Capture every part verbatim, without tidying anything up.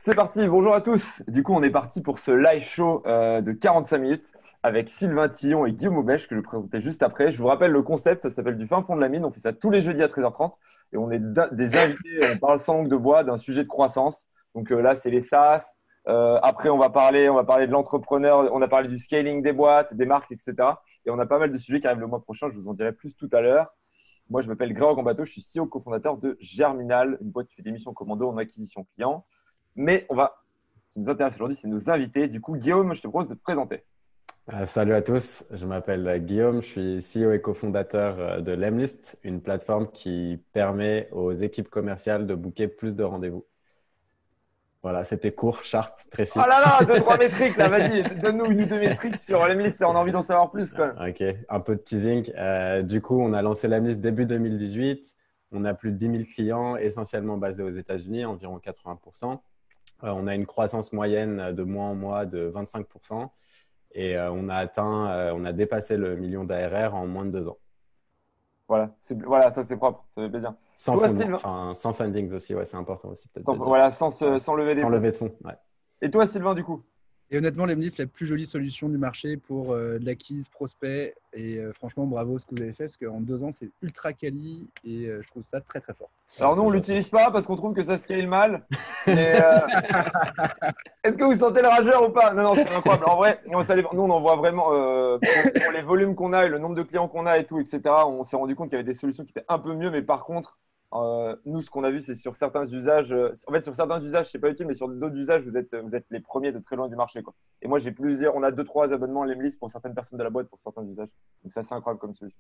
C'est parti, bonjour à tous. Du coup, on est parti pour ce live show euh, de quarante-cinq minutes avec Sylvain Tillon et Guillaume Aubèche que je vais présenter juste après. Je vous rappelle le concept, ça s'appelle du fin fond de la mine. On fait ça tous les jeudis à treize heures trente et on est da- des invités, on parle sans langue de bois d'un sujet de croissance. Donc euh, là, c'est les SaaS. Euh, après, on va parler, on va parler de l'entrepreneur, on a parlé du scaling des boîtes, des marques, et cetera. Et on a pas mal de sujets qui arrivent le mois prochain. Je vous en dirai plus tout à l'heure. Moi, je m'appelle Grégoire Gambato, je suis C E O cofondateur de Germinal, une boîte qui fait des missions commando en acquisition client. Mais on va Ce qui nous intéresse aujourd'hui, c'est nos invités. Du coup, Guillaume, je te propose de te présenter. Euh, salut à tous, je m'appelle euh, Guillaume, je suis C E O et cofondateur euh, de Lemlist, une plateforme qui permet aux équipes commerciales de booker plus de rendez-vous. Voilà, c'était court, sharp, Oh précis. là là, deux, trois métriques là, vas-y, donne-nous une ou deux métriques sur Lemlist, on a envie d'en savoir plus quand même. Ok, un peu de teasing. Euh, du coup, on a lancé Lemlist début deux mille dix-huit. On a plus de dix mille clients, essentiellement basés aux États-Unis, environ quatre-vingts pour cent. Euh, on a une croissance moyenne de mois en mois de vingt-cinq pour cent et euh, on a atteint, euh, on a dépassé le million d'A R R en moins de deux ans. Voilà, c'est- voilà, ça c'est propre, ça fait plaisir. Sans Toi, fondement, Sylvain, enfin, sans funding aussi, ouais, c'est important aussi peut-être sans, de dire. voilà, sans, se- Ouais. sans lever des Sans fonds. lever de fonds, ouais. Et toi, Sylvain, du coup? Et honnêtement, Lemlist, la plus jolie solution du marché pour euh, de l'acquise, prospect. Et euh, franchement, bravo ce que vous avez fait, parce qu'en deux ans, c'est ultra quali et euh, je trouve ça très très fort. Alors nous, C'est on gentil. l'utilise pas parce qu'on trouve que ça scale mal. Mais euh, est-ce que vous sentez le rageur ou pas? Non, non, c'est incroyable. En vrai, non, ça dépend. Nous, on en voit vraiment euh, pour, pour les volumes qu'on a et le nombre de clients qu'on a et tout, et cetera. On s'est rendu compte qu'il y avait des solutions qui étaient un peu mieux, mais par contre, euh, nous, ce qu'on a vu, c'est sur certains usages. euh, En fait, sur certains usages, c'est pas utile, mais sur d'autres usages, vous êtes, vous êtes les premiers de très loin du marché, quoi. Et moi, j'ai plusieurs. On a deux, trois abonnements Lemlist pour certaines personnes de la boîte pour certains usages. Donc, ça, c'est incroyable comme solution.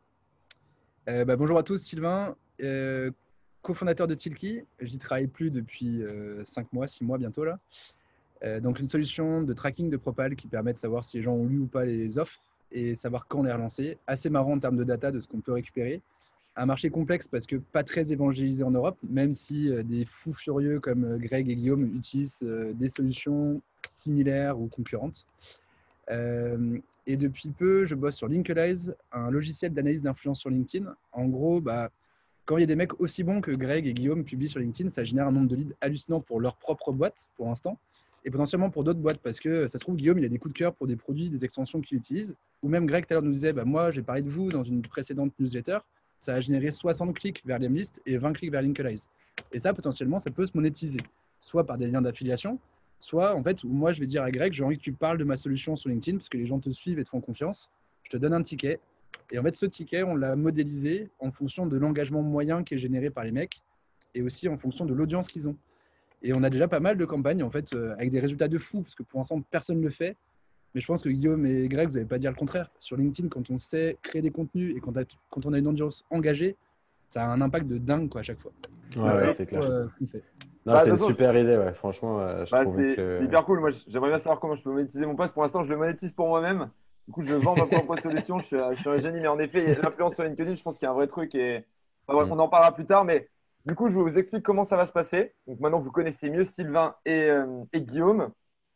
Euh, bah, bonjour à tous, Sylvain, euh, cofondateur de Tilki. J'y travaille plus depuis euh, cinq mois, six mois bientôt là. Euh, donc une solution de tracking de propal qui permet de savoir si les gens ont lu ou pas les offres et savoir quand les relancer. Assez marrant en termes de data de ce qu'on peut récupérer. Un marché complexe parce que pas très évangélisé en Europe, même si euh, des fous furieux comme euh, Greg et Guillaume utilisent euh, des solutions similaires ou concurrentes. Euh, et depuis peu, je bosse sur Linkalize, un logiciel d'analyse d'influence sur LinkedIn. En gros, bah, quand il y a des mecs aussi bons que Greg et Guillaume publient sur LinkedIn, ça génère un nombre de leads hallucinant pour leur propre boîte pour l'instant et potentiellement pour d'autres boîtes parce que ça se trouve, Guillaume, il a des coups de cœur pour des produits, des extensions qu'il utilise. Ou même Greg, tout à l'heure, nous disait bah, moi, j'ai parlé de vous dans une précédente newsletter. Ça a généré soixante clics vers Lemlist et vingt clics vers Linkalize. Et ça, potentiellement, ça peut se monétiser, soit par des liens d'affiliation, soit en fait, où moi, je vais dire à Greg, j'ai envie que tu parles de ma solution sur LinkedIn parce que les gens te suivent et te font confiance. Je te donne un ticket. Et en fait, ce ticket, on l'a modélisé en fonction de l'engagement moyen qui est généré par les mecs et aussi en fonction de l'audience qu'ils ont. Et on a déjà pas mal de campagnes en fait euh, avec des résultats de fou parce que pour l'instant, personne ne le fait. Mais je pense que Guillaume et Greg, vous n'allez pas dire le contraire. Sur LinkedIn, quand on sait créer des contenus et quand, quand on a une audience engagée, ça a un impact de dingue quoi, à chaque fois. Ouais, Donc, ouais, bravo c'est pour clair. euh, ce qu'on fait. Non, Bah, de c'est une toute façon, super idée, ouais. Franchement, euh, je Bah, trouve c'est c'est que. hyper cool. Moi, j'aimerais bien savoir comment je peux monétiser mon poste. Pour l'instant, je le monétise pour moi-même. Du coup, je vends ma propre solution. Je suis, un- je suis un génie. Mais en effet, il y a l'influence sur LinkedIn, je pense qu'il y a un vrai truc. Et... enfin, bref, Hmm. on en parlera plus tard. Mais du coup, je vous explique comment ça va se passer. Donc maintenant, vous connaissez mieux Sylvain et, euh, et Guillaume.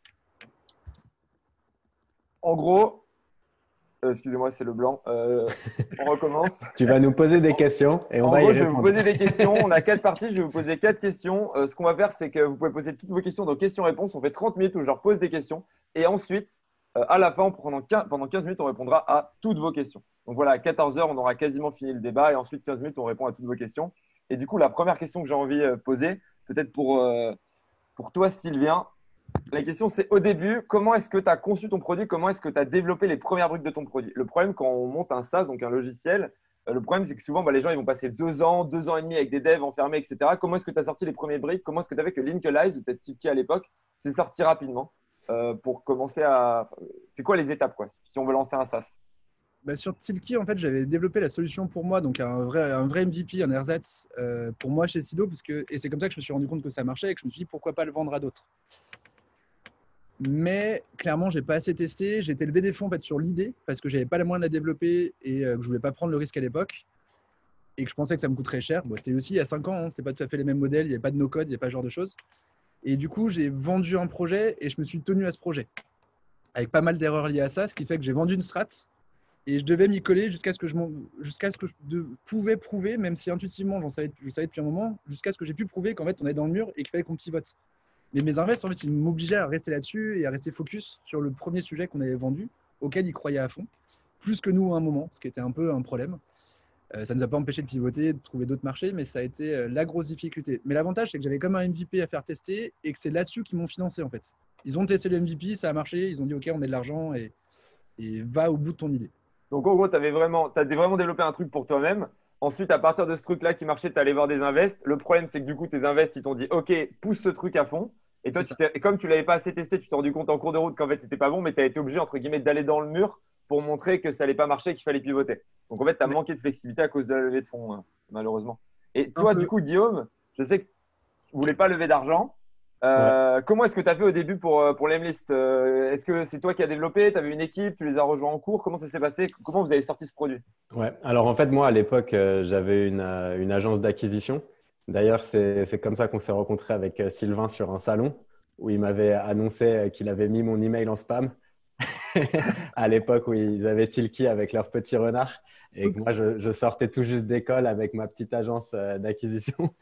En gros, euh, excusez-moi, c'est le blanc. Euh, on recommence. Tu vas nous poser des questions et on En va y gros, je vais vous répondre. poser des questions. On a quatre parties. Je vais vous poser quatre questions. Euh, ce qu'on va faire, c'est que vous pouvez poser toutes vos questions dans questions-réponses. On fait trente minutes où je leur pose des questions. Et ensuite, euh, à la fin, pendant quinze, pendant quinze minutes, on répondra à toutes vos questions. Donc voilà, à quatorze heures, on aura quasiment fini le débat. Et ensuite, quinze minutes, on répond à toutes vos questions. Et du coup, la première question que j'ai envie de poser, peut-être pour, euh, pour toi, Sylvain, la question, c'est au début, comment est-ce que tu as conçu ton produit? Comment est-ce que tu as développé les premières briques de ton produit? Le problème, quand on monte un SaaS, donc un logiciel, euh, le problème, c'est que souvent, bah, les gens ils vont passer deux ans, deux ans et demi avec des devs enfermés, et cetera. Comment est-ce que tu as sorti les premières briques? Comment est-ce que tu avais que Linkalize ou peut-être Tilki à l'époque, c'est sorti rapidement euh, pour commencer à. C'est quoi les étapes, quoi, si on veut lancer un SaaS? Bah, sur Tilki, en fait, j'avais développé la solution pour moi, donc un vrai, un vrai M V P, un ersatz euh, pour moi chez Sido, parce que, et c'est comme ça que je me suis rendu compte que ça marchait et que je me suis dit pourquoi pas le vendre à d'autres. Mais clairement, j'ai pas assez testé. J'ai été levé des fonds en fait, sur l'idée parce que j'avais pas les moyens de la développer et euh, que je voulais pas prendre le risque à l'époque et que je pensais que ça me coûterait cher. Bon, c'était aussi il y a cinq ans, hein, c'était pas tout à fait les mêmes modèles, il n'y avait pas de no-code, il n'y avait pas ce genre de choses. Et du coup, j'ai vendu un projet et je me suis tenu à ce projet avec pas mal d'erreurs liées à ça, ce qui fait que j'ai vendu une strat et je devais m'y coller jusqu'à ce que je, jusqu'à ce que je de, pouvais prouver, même si intuitivement j'en savais, je savais depuis un moment, jusqu'à ce que j'ai pu prouver qu'en fait on est dans le mur et qu'il fallait qu'on pivote. Mais mes invests, en fait, ils m'obligeaient à rester là-dessus et à rester focus sur le premier sujet qu'on avait vendu, auquel ils croyaient à fond, plus que nous à un moment, ce qui était un peu un problème. Euh, ça ne nous a pas empêché de pivoter, de trouver d'autres marchés, mais ça a été euh, la grosse difficulté. Mais l'avantage, c'est que j'avais comme un M V P à faire tester et que c'est là-dessus qu'ils m'ont financé, en fait. Ils ont testé le M V P, ça a marché, ils ont dit, OK, on met de l'argent et, et va au bout de ton idée. Donc, en gros, tu avais vraiment, t'as vraiment développé un truc pour toi-même. Ensuite, à partir de ce truc-là qui marchait, tu allé voir des invests. Le problème, c'est que du coup, tes invests, ils t'ont dit, OK, pousse ce truc à fond. Et toi, tu t'es- et comme tu l'avais pas assez testé, tu t'es rendu compte en cours de route qu'en fait, c'était pas bon, mais tu as été obligé, entre guillemets, d'aller dans le mur pour montrer que ça allait pas marcher et qu'il fallait pivoter. Donc, en fait, tu as Mais manqué de flexibilité à cause de la levée de fonds, hein, malheureusement. Et un toi, du peu. coup, Guillaume, je sais que tu voulais pas lever d'argent. Ouais. Euh, comment est-ce que tu as fait au début pour, euh, pour l'Emlist? Euh, Est-ce que c'est toi qui as développé? Tu avais une équipe? Tu les as rejoints en cours? Comment ça s'est passé? Comment vous avez sorti ce produit? Ouais. Alors en fait, moi à l'époque, euh, j'avais une, euh, une agence d'acquisition. D'ailleurs, c'est, c'est comme ça qu'on s'est rencontré avec euh, Sylvain sur un salon où il m'avait annoncé euh, qu'il avait mis mon email en spam à l'époque où ils avaient Tilki avec leur petit renard et que Oups. moi, je, je sortais tout juste d'école avec ma petite agence euh, d'acquisition.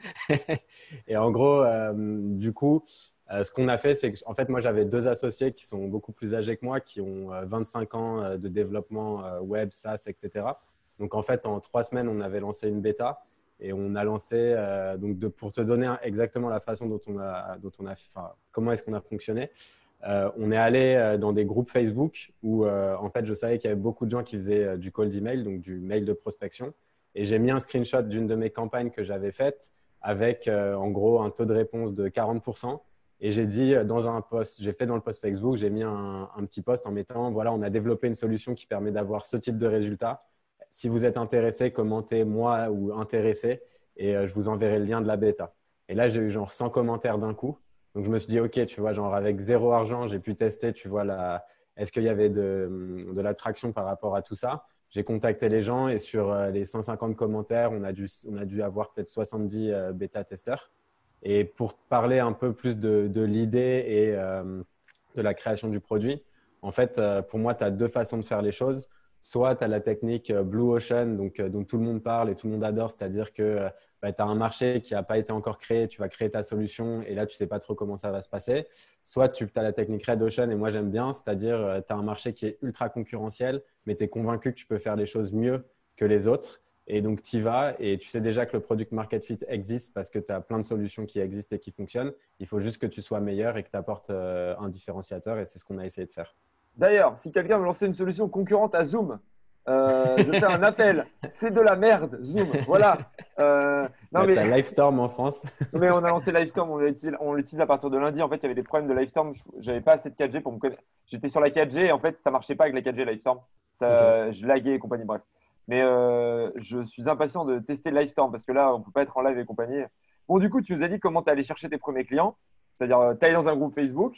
Et en gros, euh, du coup, euh, ce qu'on a fait, c'est que en fait, moi, j'avais deux associés qui sont beaucoup plus âgés que moi, qui ont euh, vingt-cinq ans euh, de développement euh, web, SaaS, et cetera. Donc, en fait, en trois semaines, on avait lancé une bêta et on a lancé, euh, donc de, pour te donner exactement la façon dont on a, dont on a, enfin, comment est-ce qu'on a fonctionné. Euh, on est allé euh, dans des groupes Facebook où, euh, en fait, je savais qu'il y avait beaucoup de gens qui faisaient euh, du cold email, donc du mail de prospection. Et j'ai mis un screenshot d'une de mes campagnes que j'avais faites avec, euh, en gros, un taux de réponse de quarante pour cent. Et j'ai dit euh, dans un post, j'ai fait dans le post Facebook, j'ai mis un, un petit post en mettant, voilà, on a développé une solution qui permet d'avoir ce type de résultat. Si vous êtes intéressé, commentez moi ou intéressé et euh, je vous enverrai le lien de la bêta. Et là, j'ai eu genre cent commentaires d'un coup. Donc, je me suis dit, OK, tu vois, genre avec zéro argent, j'ai pu tester, tu vois, la... est-ce qu'il y avait de, de l'attraction par rapport à tout ça? J'ai contacté les gens et sur euh, les cent cinquante commentaires, on a dû, on a dû avoir peut-être soixante-dix euh, bêta-testeurs. Et pour parler un peu plus de, de l'idée et euh, de la création du produit, en fait, euh, pour moi, tu as deux façons de faire les choses. Soit tu as la technique euh, Blue Ocean, donc, euh, dont tout le monde parle et tout le monde adore, c'est-à-dire que euh, bah, tu as un marché qui n'a pas été encore créé, tu vas créer ta solution et là, tu ne sais pas trop comment ça va se passer. Soit tu as la technique Red Ocean et moi, j'aime bien, c'est-à-dire euh, tu as un marché qui est ultra concurrentiel, mais tu es convaincu que tu peux faire les choses mieux que les autres. Et donc, tu y vas et tu sais déjà que le product market fit existe parce que tu as plein de solutions qui existent et qui fonctionnent. Il faut juste que tu sois meilleur et que tu apportes euh, un différenciateur et c'est ce qu'on a essayé de faire. D'ailleurs, si quelqu'un veut lancer une solution concurrente à Zoom, euh, je fais un appel. C'est de la merde, Zoom. Voilà. Euh, non, Bah, tu mais, as Livestorm en France. mais on a lancé Livestorm, on l'utilise on l'utilise à partir de lundi. En fait, il y avait des problèmes de Livestorm. J'avais pas assez de quatre G pour me connaître. J'étais sur la quatre G et en fait, ça marchait pas avec la quatre G Livestorm. Ok. Ça, je laguais et compagnie, bref. Mais euh, je suis impatient de tester Livestorm parce que là, on peut pas être en live et compagnie. Bon, du coup, tu nous as dit comment tu allé chercher tes premiers clients. C'est-à-dire, tu es dans un groupe Facebook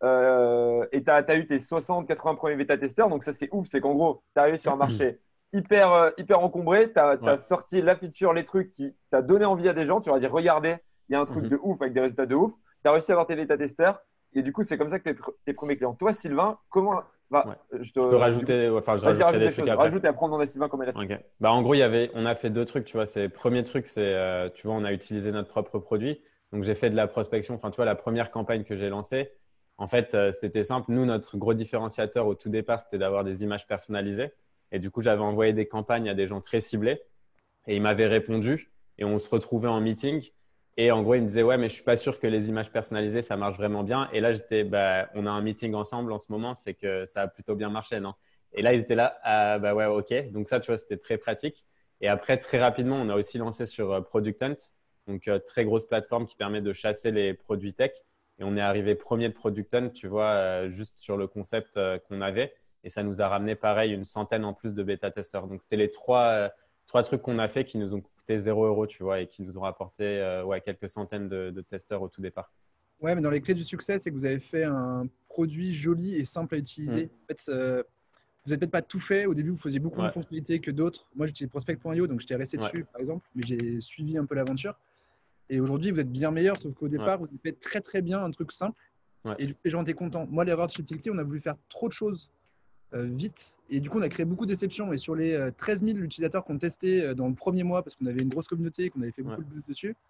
euh, et tu as eu tes soixante quatre-vingts premiers bêta-testeurs. Donc, ça, c'est ouf. C'est qu'en gros, tu es arrivé sur un marché hyper, euh, hyper encombré. Tu as, Ouais. sorti la feature, les trucs qui t'a donné envie à des gens. Tu leur as dit, regardez, il y a un truc Mhm. de ouf avec des résultats de ouf. Tu as réussi à avoir tes bêta-testeurs. Et du coup, c'est comme ça que tes, tes premiers clients. Toi, Sylvain, comment Ouais. va je Je peux te, du coup, rajouter, ouais, enfin, je vas-y, rajouterai rajoute des des trucs choses. après. Rajoute et après, on demande à Sylvain comment il a fait. Ok. Bah, en gros, il y avait, on a fait deux trucs, tu vois. C'est, premier truc, c'est, euh, tu vois, on a utilisé notre propre produit. Donc, j'ai fait de la prospection. Enfin, tu vois, la première campagne que j'ai lancée, en fait, euh, c'était simple. Nous, notre gros différenciateur au tout départ, c'était d'avoir des images personnalisées. Et du coup, j'avais envoyé des campagnes à des gens très ciblés. Et il m'avait répondu et on se retrouvait en meeting. Et en gros, il me disait, ouais, mais je suis pas sûr que les images personnalisées, ça marche vraiment bien. Et là, j'étais, bah, on a un meeting ensemble en ce moment, c'est que ça a plutôt bien marché, non? Et là, ils étaient là, ah, bah ouais, ok. Donc ça, tu vois, c'était très pratique. Et après, très rapidement, on a aussi lancé sur euh, Product Hunt, donc euh, très grosse plateforme qui permet de chasser les produits tech. Et on est arrivé premier de Product Hunt, tu vois, euh, juste sur le concept euh, qu'on avait. Et ça nous a ramené, pareil, une centaine en plus de bêta-testeurs. Donc, c'était les trois, euh, trois trucs qu'on a fait qui nous ont coûté zéro euro, tu vois, et qui nous ont rapporté euh, ouais, quelques centaines de, de testeurs au tout départ. Ouais, mais dans les clés du succès, c'est que vous avez fait un produit joli et simple à Mm. utiliser. En fait, euh, vous n'avez peut-être pas tout fait. Au début, vous faisiez beaucoup moins de Ouais, fonctionnalités que d'autres. Moi, j'utilisais prospect point io, donc j'étais resté ouais, dessus, par exemple, mais j'ai suivi un peu l'aventure. Et aujourd'hui, vous êtes bien meilleur, sauf qu'au ouais, départ, vous avez fait très très bien un truc simple. ouais, Et du coup, les gens étaient contents. Moi, l'erreur de chez Tilki, on a voulu faire trop de choses euh, vite. Et du coup, on a créé beaucoup de déceptions. Et sur les euh, treize mille utilisateurs qu'on testait euh, dans le premier mois, parce qu'on avait une grosse communauté et qu'on avait fait ouais. beaucoup de buzz dessus,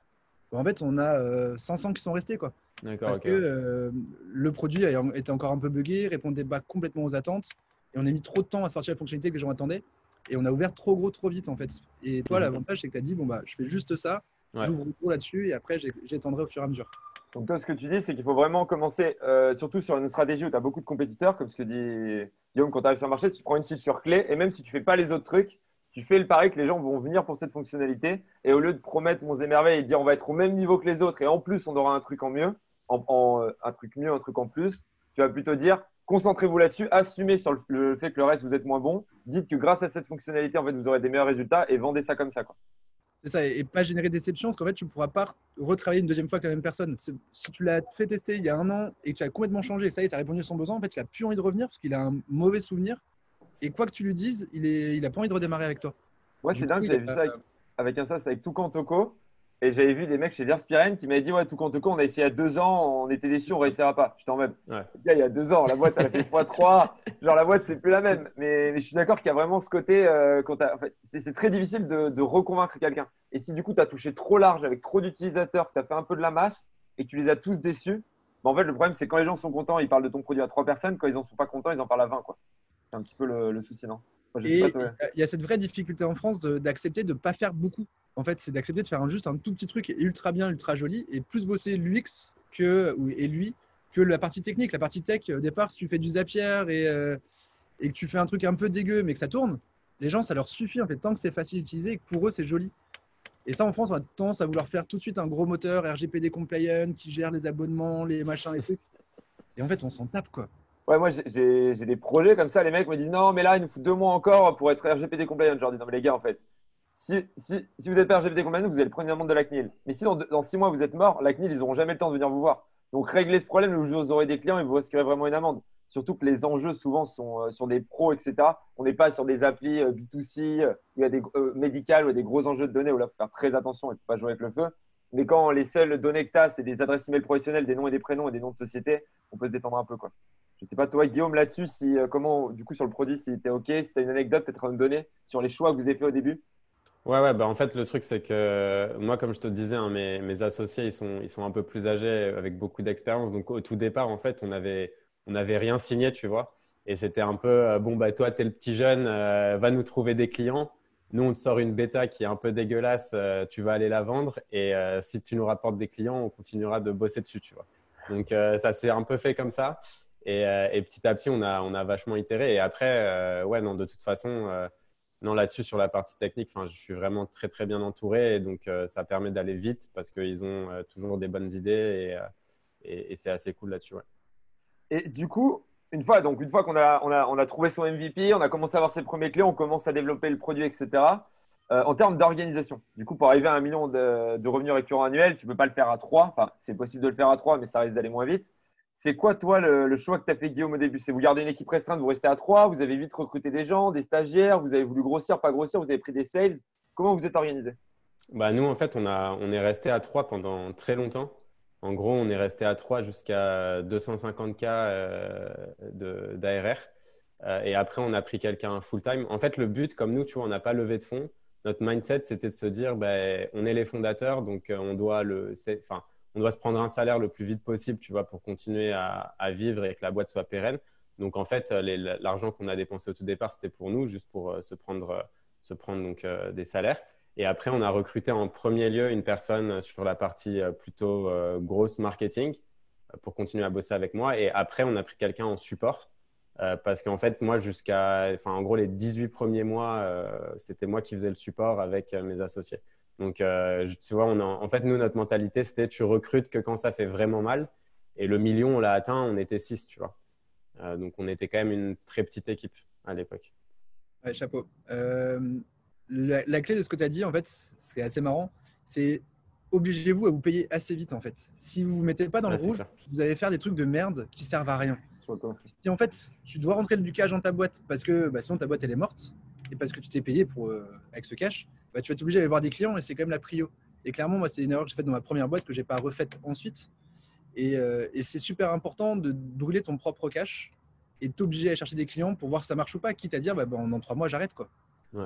En fait, on a euh, cinq cents qui sont restés, quoi. D'accord, Parce ok. que euh, le produit a- était encore un peu buggé, répondait pas complètement aux attentes. Et on a mis trop de temps à sortir la fonctionnalité que les gens attendaient. Et on a ouvert trop gros, trop vite, en fait. Et toi, Mhm. l'avantage, c'est que tu as dit, bon, bah, je fais juste ça, Ouais. j'ouvre gros là-dessus et après, j'ai- j'étendrai au fur et à mesure. Donc, toi, ce que tu dis, c'est qu'il faut vraiment commencer, euh, surtout sur une stratégie où tu as beaucoup de compétiteurs, comme ce que dit Guillaume, quand tu arrives sur le marché, tu prends une feature clé et même si tu fais pas les autres trucs, tu fais le pari que les gens vont venir pour cette fonctionnalité. Et au lieu de promettre monts et merveilles et dire on va être au même niveau que les autres et en plus on aura un truc en mieux, en, en, euh, un truc mieux, un truc en plus, tu vas plutôt dire concentrez-vous là-dessus, assumez sur le, le fait que le reste vous êtes moins bon, dites que grâce à cette fonctionnalité, en fait, vous aurez des meilleurs résultats et vendez ça comme ça, quoi. C'est ça, et pas générer déception, parce qu'en fait, tu ne pourras pas retravailler une deuxième fois avec la même personne. C'est- Si tu l'as fait tester il y a un an et que tu as complètement changé, et ça y est, tu as répondu à son besoin, en fait, il n'a plus envie de revenir parce qu'il a un mauvais souvenir. Et quoi que tu lui dises, il n'a il a pas envie de redémarrer avec toi. Moi, Du c'est coup, dingue, il j'avais vu a, ça avec, avec un SaaS avec Toucan Toco. Et j'avais vu des mecs chez Verspiren qui m'avaient dit ouais, Toucan Toco, on a essayé il y a deux ans, on était déçus, on ne réussira pas. J'étais en mode, Ouais. gars, il y a deux ans, la boîte, elle a fait fois trois. Genre, la boîte, c'est plus la même. Mais, mais je suis d'accord qu'il y a vraiment ce côté, euh, quand t'as- en fait, c'est c'est très difficile de, de reconvaincre quelqu'un. Et si du coup, tu as touché trop large avec trop d'utilisateurs, que tu as fait un peu de la masse et que tu les as tous déçus, bah, en fait, le problème, c'est quand les gens sont contents, ils parlent de ton produit à trois personnes. Quand ils en sont pas contents, ils en parlent à vingt, quoi. C'est un petit peu le, le souci, non? Moi, je sais pas, Et toi. il y a cette vraie difficulté en France de- d'accepter de ne pas faire beaucoup. En fait, c'est d'accepter de faire un, juste un tout petit truc ultra bien, ultra joli, et plus bosser l'U X que, ou- et lui que la partie technique. La partie tech, au départ, si tu fais du Zapier et, euh, et que tu fais un truc un peu dégueu, mais que ça tourne, les gens, ça leur suffit, en fait, tant que c'est facile à utiliser et que pour eux, c'est joli. Et ça, en France, on a tendance à vouloir faire tout de suite un gros moteur R G P D compliant qui gère les abonnements, les machins, les trucs. Et en fait, on s'en tape, quoi. Ouais, moi, j'ai j'ai- j'ai des projets comme ça. Les mecs me disent non, mais là, il nous faut deux mois encore pour être R G P D compliant. Je leur dis non, mais les gars, en fait, si, si, si vous n'êtes pas R G P D compliant, vous allez le premier amende de la C N I L. Mais si dans, deux- dans six mois, vous êtes mort, la C N I L, ils n'auront jamais le temps de venir vous voir. Donc, réglez ce problème le jour où vous aurez des clients et vous risquerez vraiment une amende. Surtout que les enjeux, souvent, sont euh, sur des pros, et cetera. On n'est pas sur des applis euh, B deux C, euh, où il y a des euh, médicales, où il y a des gros enjeux de données, où là, il faut faire très attention et ne pas jouer avec le feu. Mais quand les seules données que tu as, c'est des adresses email professionnelles, des noms et des prénoms et des noms de société, on peut se détendre un peu, quoi. Je sais pas, toi, Guillaume, là-dessus, si, euh, comment, du coup, sur le produit, si tu es OK, si tu as une anecdote peut-être à me donner sur les choix que vous avez fait au début. Ouais, ouais, bah en fait, le truc, c'est que moi, comme je te disais, hein, mes, mes associés, ils sont, ils sont un peu plus âgés, avec beaucoup d'expérience. Donc, au tout départ, en fait, on avait, on avait rien signé, tu vois. Et c'était un peu, euh, bon, bah, toi, tu es le petit jeune, euh, va nous trouver des clients. Nous, on te sort une bêta qui est un peu dégueulasse, euh, tu vas aller la vendre. Et euh, si tu nous rapportes des clients, on continuera de bosser dessus, tu vois. Donc, euh, ça s'est un peu fait comme ça. Et, euh, et petit à petit, on a, on a vachement itéré. Et après, euh, ouais, non, de toute façon. euh, non, là-dessus, sur la partie technique, enfin, je suis vraiment très, très bien entouré. Et donc, euh, ça permet d'aller vite parce qu'ils ont euh, toujours des bonnes idées et, euh, et, et c'est assez cool là-dessus. Ouais. Et du coup, une fois, donc, une fois qu'on a, on a, on a trouvé son M V P, on a commencé à avoir ses premiers clients, on commence à développer le produit, et cetera. Euh, en termes d'organisation, du coup, pour arriver à un million de, de revenus récurrents annuels, tu ne peux pas le faire à trois. Enfin, c'est possible de le faire à trois, mais ça risque d'aller moins vite. C'est quoi, toi, le, le choix que tu as fait, Guillaume, au début? C'est vous gardez une équipe restreinte, vous restez à trois, vous avez vite recruté des gens, des stagiaires, vous avez voulu grossir, pas grossir, vous avez pris des sales. Comment vous êtes organisé? Bah, nous, en fait, on a, on est resté à trois pendant très longtemps. En gros, on est resté à trois jusqu'à deux cent cinquante K euh, de, d'A R R. Euh, et après, on a pris quelqu'un full-time. En fait, le but, comme nous, tu vois, on n'a pas levé de fonds. Notre mindset, c'était de se dire, ben, on est les fondateurs, donc euh, on doit le, c'est- enfin, on doit se prendre un salaire le plus vite possible, tu vois, pour continuer à, à vivre et que la boîte soit pérenne. Donc, en fait, les- l'argent qu'on a dépensé au tout départ, c'était pour nous, juste pour euh, se prendre, euh, se prendre donc, euh, des salaires. Et après, on a recruté en premier lieu une personne sur la partie euh, plutôt euh, grosse marketing euh, pour continuer à bosser avec moi. Et après, on a pris quelqu'un en support euh, parce qu'en fait, moi, jusqu'à, enfin, en gros, les dix-huit premiers mois, euh, c'était moi qui faisais le support avec euh, mes associés. Donc, euh, tu vois, on a, en fait, nous, notre mentalité, c'était tu recrutes que quand ça fait vraiment mal. Et le million, on l'a atteint, on était six, tu vois. Euh, donc, on était quand même une très petite équipe à l'époque. Ouais, chapeau. Euh, la, la clé de ce que tu as dit, en fait, c'est assez marrant. C'est obligez-vous à vous payer assez vite, en fait. Si vous ne vous mettez pas dans le Ouais, c'est rouge, clair. vous allez faire des trucs de merde qui servent à rien. Sur le coup. Si en fait, tu dois rentrer du cash dans ta boîte parce que bah, sinon ta boîte elle est morte et parce que tu t'es payé pour, euh, avec ce cash, bah, tu vas t'obliger à aller voir des clients et c'est quand même la prio. Et clairement, moi, c'est une erreur que j'ai faite dans ma première boîte que j'ai pas refaite ensuite. Et, euh, et c'est super important de brûler ton propre cash et t'obliger à chercher des clients pour voir si ça marche ou pas, quitte à dire bah, bah, dans trois mois j'arrête quoi. Ouais.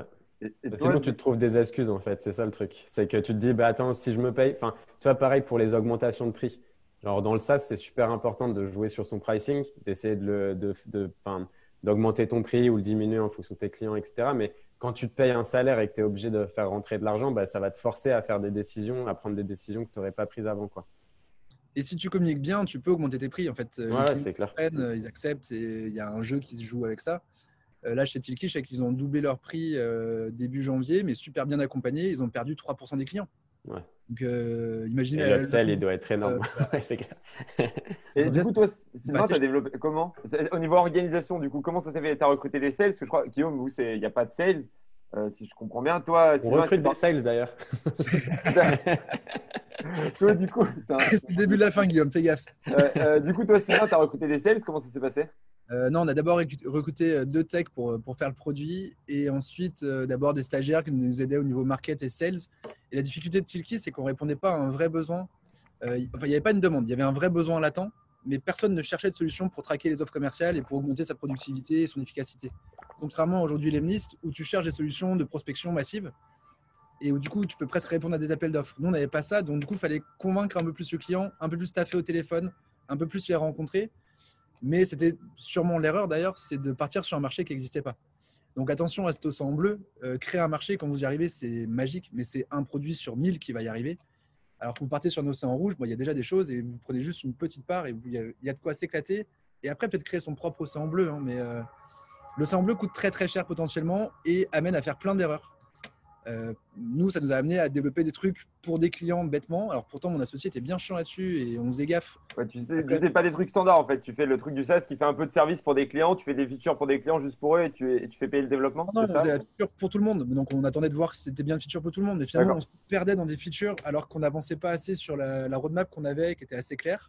Et, et toi, Sinon, tu du- te trouves des excuses, en fait. C'est ça le truc. C'est que tu te dis, bah, attends, si je me paye. Enfin, tu vois, pareil pour les augmentations de prix. Genre, dans le SaaS, c'est super important de jouer sur son pricing, d'essayer de le, de, de, enfin, d'augmenter ton prix ou le diminuer en fonction de tes clients, et cetera. Mais quand tu te payes un salaire et que tu es obligé de faire rentrer de l'argent, bah, ça va te forcer à faire des décisions, à prendre des décisions que tu n'aurais pas prises avant, quoi. Et si tu communiques bien, tu peux augmenter tes prix. En fait, Euh, les Voilà, clients c'est clair. prennent, euh, ils acceptent et il y a un jeu qui se joue avec ça. Euh, Là, chez Tilki, je sais qu'ils ont doublé leur prix euh, début janvier, mais super bien accompagnés. Ils ont perdu trois pour cent des clients. Ouais. Donc, euh, imaginez Et la- le l'upsell, il nombre. doit être euh, énorme. voilà. Ouais, c'est clair. et Donc, du ça, coup, toi, c'est pas Sylvain, tu assez as cher. développé comment? C'est- Au niveau organisation, du coup, comment ça s'est fait? Tu as recruté des sales? Parce que je crois, Guillaume, vous, c'est- il n'y a pas de sales, euh, si je comprends bien. Toi, On Sylvain, est-ce que recrute des t'as- sales, d'ailleurs. toi, du coup, putain, C'est le début de la fin, Guillaume, fais gaffe. Euh, euh, du coup, toi, Sylvain, tu as recruté des sales. Comment ça s'est passé? Euh, non, on a d'abord recru- recruté euh, deux techs pour, pour faire le produit et ensuite euh, d'abord des stagiaires qui nous aidaient au niveau market et sales. Et la difficulté de Tilki, c'est qu'on ne répondait pas à un vrai besoin. Euh, il- enfin, il n'y avait pas une demande, il y avait un vrai besoin latent, mais personne ne cherchait de solution pour traquer les offres commerciales et pour augmenter sa productivité et son efficacité. Contrairement aujourd'hui Lemlist, où tu cherches des solutions de prospection massive et où du coup tu peux presque répondre à des appels d'offres. Nous, on n'avait pas ça, donc du coup, il fallait convaincre un peu plus le client, un peu plus taffer au téléphone, un peu plus les rencontrer. Mais c'était sûrement l'erreur d'ailleurs, c'est de partir sur un marché qui n'existait pas. Donc attention à cet océan bleu. Euh, créer un marché, quand vous y arrivez, c'est magique, mais c'est un produit sur mille qui va y arriver. Alors que vous partez sur un océan rouge, bon, il y a déjà des choses et vous prenez juste une petite part et vous- il y, a- il y a de quoi s'éclater. Et après, peut-être créer son propre océan bleu. Hein, mais euh, l'océan bleu coûte très très cher potentiellement et amène à faire plein d'erreurs. Euh, nous, ça nous a amené à développer des trucs pour des clients bêtement. Alors pourtant, mon associé était bien chiant là-dessus et on faisait gaffe. Ouais, tu sais, tu Après, fais pas des trucs standards en fait. Tu fais le truc du SaaS qui fait un peu de service pour des clients. Tu fais des features pour des clients juste pour eux et tu, et tu fais payer le développement. non, C'est non, on ça? faisait la feature pour tout le monde. Donc, on attendait de voir si c'était bien une feature pour tout le monde. Mais finalement, on D'accord. se perdait dans des features alors qu'on n'avançait pas assez sur la, la roadmap qu'on avait, qui était assez claire.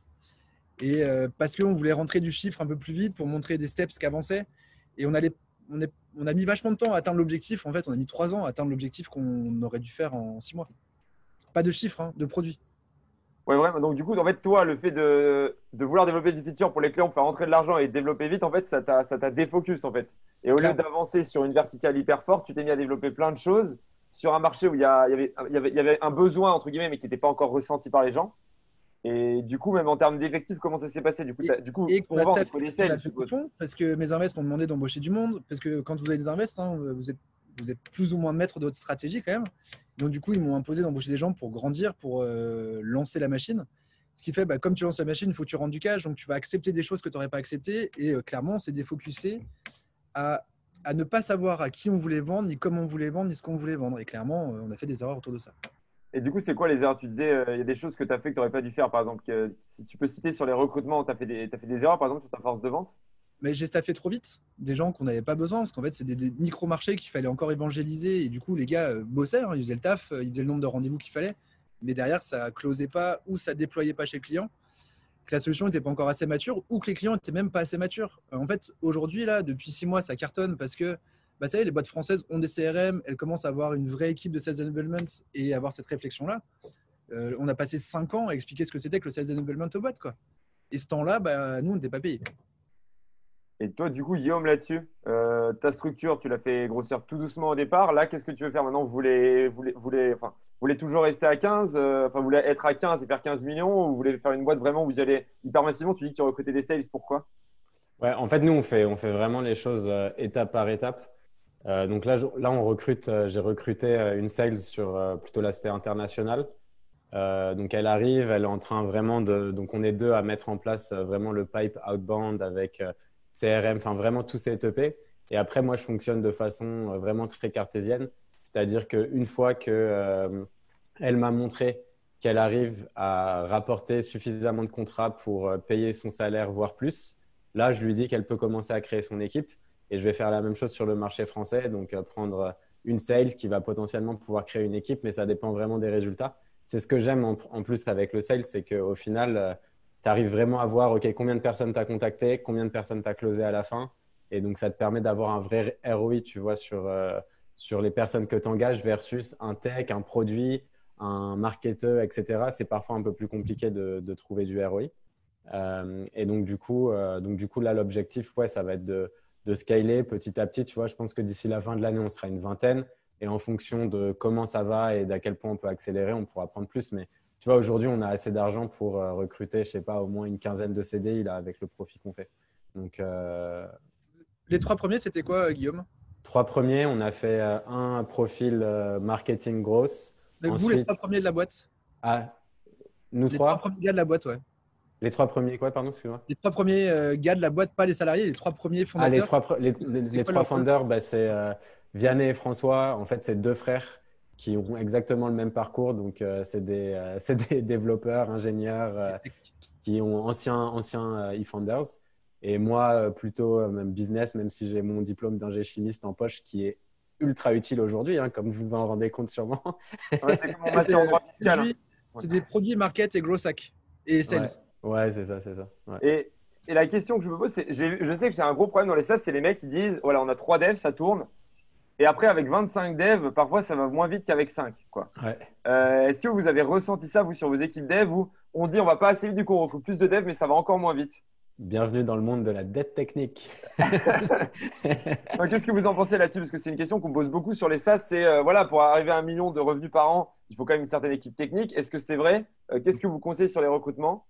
Et euh, parce qu'on voulait rentrer du chiffre un peu plus vite pour montrer des steps qui avançaient. Et on, allait, on, est, on a mis vachement de temps à atteindre l'objectif. En fait, on a mis trois ans à atteindre l'objectif qu'on aurait dû faire en six mois. Pas de chiffres, hein, de produits. Ouais, vraiment. Donc, du coup, en fait, toi, le fait de, de vouloir développer des features pour les clients, pour faire rentrer de l'argent et développer vite, en fait, ça t'a, ça t'a défocus, en fait. Et au lieu Clairement. d'avancer sur une verticale hyper forte, tu t'es mis à développer plein de choses sur un marché où il y, a- il y avait, il y avait, il y avait un besoin, entre guillemets, mais qui n'était pas encore ressenti par les gens. Et du coup, même en termes d'effectifs, comment ça s'est passé? Du coup, Et, t'as- du coup, et qu'on pour a vendre, il staffé faut des on sales, a je fait le suppose. pont parce que mes invests m'ont demandé d'embaucher du monde. Parce que quand vous avez des invests, hein, vous, êtes, vous êtes plus ou moins maître de votre stratégie quand même. Donc, du coup, ils m'ont imposé d'embaucher des gens pour grandir, pour euh, lancer la machine. Ce qui fait, bah, comme tu lances la machine, il faut que tu rendes du cash. Donc, tu vas accepter des choses que tu n'aurais pas acceptées. Et euh, clairement, on s'est défocusé à, à ne pas savoir à qui on voulait vendre, ni comment on voulait vendre, ni ce qu'on voulait vendre. Et clairement, euh, on a fait des erreurs autour de ça. Et du coup, c'est quoi les erreurs? Tu disais, euh, il y a des choses que tu as fait que tu n'aurais pas dû faire. Par exemple, que- si tu peux citer sur les recrutements, tu as fait des, t'as fait des erreurs, par exemple, sur ta force de vente? Mais j'ai staffé trop vite, des gens qu'on n'avait pas besoin, parce qu'en fait, c'est des, des micro-marchés qu'il fallait encore évangéliser. Et du coup, les gars euh, bossaient, hein, ils faisaient le taf, euh, ils faisaient le nombre de rendez-vous qu'il fallait. Mais derrière, ça ne closait pas ou ça ne déployait pas chez le client, que la solution n'était pas encore assez mature ou que les clients n'étaient même pas assez matures. Euh, En fait, aujourd'hui, là, depuis six mois, ça cartonne parce que bah, ça y est, les boîtes françaises ont des C R M, elles commencent à avoir une vraie équipe de sales enablement et avoir cette réflexion-là. Euh, on a passé cinq ans à expliquer ce que c'était que le sales enablement aux boîtes, quoi. Et ce temps-là, bah, nous, on n'était pas payés. Et toi, du coup, Guillaume, là-dessus, euh, ta structure, tu l'as fait grossir tout doucement au départ. Là, qu'est-ce que tu veux faire maintenant? Vous voulez, vous voulez, vous voulez, enfin, vous voulez toujours rester à quinze, euh, enfin, vous voulez être à quinze et faire quinze millions, ou vous voulez faire une boîte vraiment où vous y allez hyper massivement? Tu dis que tu recrutais des sales, pourquoi? Ouais, en fait, nous, on fait, on fait vraiment les choses euh, étape par étape. Euh, donc là, je- là, on recrute, euh, j'ai recruté euh, une sales sur euh, plutôt l'aspect international. Euh, donc elle arrive, elle est en train vraiment de… Donc on est deux à mettre en place euh, vraiment le pipe outbound avec euh, C R M, enfin vraiment tous ces E P. Et après, moi, je fonctionne de façon euh, vraiment très cartésienne. C'est-à-dire qu'une fois que, euh, elle m'a montré qu'elle arrive à rapporter suffisamment de contrats pour euh, payer son salaire, voire plus, là, je lui dis qu'elle peut commencer à créer son équipe. Et je vais faire la même chose sur le marché français, donc euh, prendre une sales qui va potentiellement pouvoir créer une équipe, mais ça dépend vraiment des résultats. C'est ce que j'aime en, en plus avec le sales, c'est qu'au final, euh, tu arrives vraiment à voir ok, combien de personnes tu as contacté, combien de personnes tu as closé à la fin. Et donc, ça te permet d'avoir un vrai R O I, tu vois, sur, euh, sur les personnes que tu engages versus un tech, un produit, un marketeur, et cetera. C'est parfois un peu plus compliqué de, de trouver du R O I. Euh, et donc du, coup, euh, donc, du coup, là, l'objectif, ouais, ça va être de, de scaler petit à petit. Tu vois, je pense que d'ici la fin de l'année, on sera une vingtaine. Et en fonction de comment ça va et d'à quel point on peut accélérer, on pourra prendre plus. Mais tu vois, aujourd'hui, on a assez d'argent pour euh, recruter, je sais pas, au moins une quinzaine de C D I là, avec le profit qu'on fait. Donc, euh, Les trois premiers, c'était quoi, Guillaume? trois premiers, on a fait euh, un profil euh, marketing gross. Vous, les Ensuite, trois premiers de la boîte. ah, nous Les trois trois, premiers gars de la boîte, ouais. les trois premiers, quoi, pardon, excuse-moi. Les trois premiers euh, gars de la boîte, pas les salariés, les trois premiers Ah, les fondateurs. trois, pre- les, les- C'est les quoi trois leur rôle? founders, bah, c'est euh, Vianney et François. En fait, c'est deux frères qui ont exactement le même parcours. Donc, euh, c'est des, euh, c'est des développeurs, ingénieurs euh, qui ont anciens, anciens euh, e-founders. Et moi, euh, plutôt euh, même business, même si j'ai mon diplôme d'ingé chimiste en poche qui est ultra utile aujourd'hui, hein, comme vous vous en rendez compte sûrement. Ouais, c'est comme mon master en droit fiscal. hein. C'est des produits market et gros sac et sales. Ouais, ouais, c'est ça, c'est ça. Ouais. Et, et la question que je me pose, c'est j'ai- je sais que j'ai un gros problème dans les SaaS, c'est les mecs qui disent voilà, on a trois devs, ça tourne. Et après, avec vingt-cinq devs, parfois ça va moins vite qu'avec cinq, quoi. Ouais. Euh, est-ce que vous avez ressenti ça, vous, sur vos équipes dev, où on dit on va pas assez vite, du coup on recrute plus de devs, mais ça va encore moins vite? Bienvenue dans le monde de la dette technique. Donc, qu'est-ce que vous en pensez là-dessus? Parce que c'est une question qu'on pose beaucoup sur les SaaS. C'est euh, voilà, pour arriver à un million de revenus par an, il faut quand même une certaine équipe technique. Est-ce que c'est vrai? Euh, Qu'est-ce que vous conseillez sur les recrutements?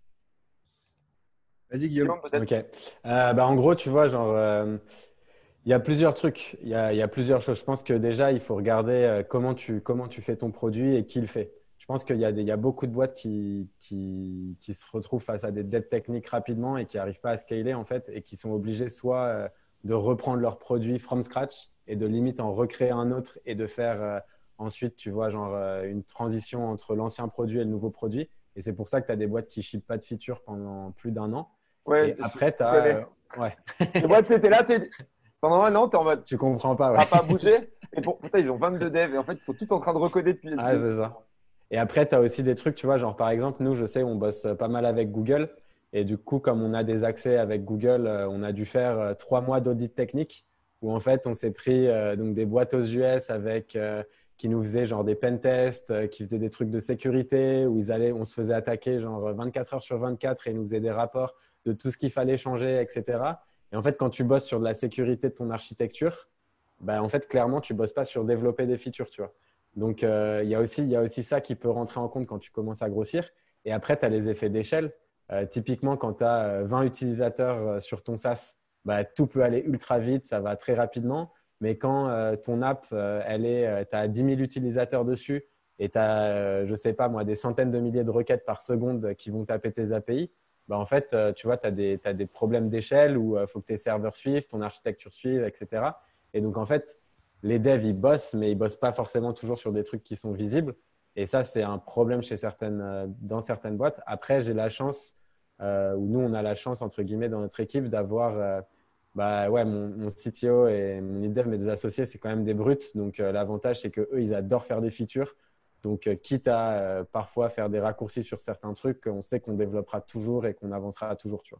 Vas-y, Guillaume. Guillaume, peut-être. Ok. Euh, bah, en gros, tu vois, genre, euh, il y a plusieurs trucs. Il y a, il y a plusieurs choses. Je pense que déjà, il faut regarder euh, comment tu, comment tu fais ton produit et qui le fait. Je pense qu'il y a, des, il y a beaucoup de boîtes qui, qui, qui se retrouvent face à des dettes techniques rapidement et qui n'arrivent pas à scaler, en fait, et qui sont obligés soit euh, de reprendre leur produit from scratch et de limite en recréer un autre et de faire euh, ensuite, tu vois, genre, euh, une transition entre l'ancien produit et le nouveau produit. Et c'est pour ça que tu as des boîtes qui ne shippent pas de features pendant plus d'un an. Ouais, Et je- après, tu je as. connais. ouais. Et moi, tu étais là, t'es- pendant un an, tu es en mode Tu comprends pas, ouais. ça n'a pas bougé. Et pour, putain, ils ont vingt-deux devs et en fait, ils sont tous en train de recoder depuis. Ah, c'est ça. Et après, tu as aussi des trucs, tu vois, genre par exemple, nous, je sais, on bosse pas mal avec Google. Et du coup, comme on a des accès avec Google, euh, on a dû faire euh, trois mois d'audit technique où en fait, on s'est pris euh, donc des boîtes aux U S avec, euh, qui nous faisaient genre des pen tests, euh, qui faisaient des trucs de sécurité, où ils allaient, on se faisait attaquer genre vingt-quatre heures sur vingt-quatre et ils nous faisaient des rapports de tout ce qu'il fallait changer, et cetera. Et en fait, quand tu bosses sur de la sécurité de ton architecture, bah, en fait, clairement, tu bosses pas sur développer des features, tu vois. Donc, euh, il y a aussi, il y a aussi ça qui peut rentrer en compte quand tu commences à grossir. Et après, tu as les effets d'échelle. Euh, typiquement, quand tu as vingt utilisateurs euh, sur ton SaaS, bah, tout peut aller ultra vite, ça va très rapidement. Mais quand euh, ton app, euh, elle est, euh, tu as dix mille utilisateurs dessus et tu as, euh, je ne sais pas moi, des centaines de milliers de requêtes par seconde qui vont taper tes A P I, bah, en fait, euh, tu vois, tu as des, t'as des problèmes d'échelle où il faut que tes serveurs suivent, ton architecture suive, et cetera. Et donc, en fait, les devs, ils bossent, mais ils ne bossent pas forcément toujours sur des trucs qui sont visibles. Et ça, c'est un problème chez certaines, euh, dans certaines boîtes. Après, j'ai la chance, euh, ou nous, on a la chance, entre guillemets, dans notre équipe, d'avoir euh, bah, ouais, mon, mon C T O et mon lead dev, mes deux associés, c'est quand même des brutes. Donc, euh, l'avantage, c'est qu'eux, ils adorent faire des features. Donc, euh, quitte à euh, parfois faire des raccourcis sur certains trucs, on sait qu'on développera toujours et qu'on avancera toujours, tu vois.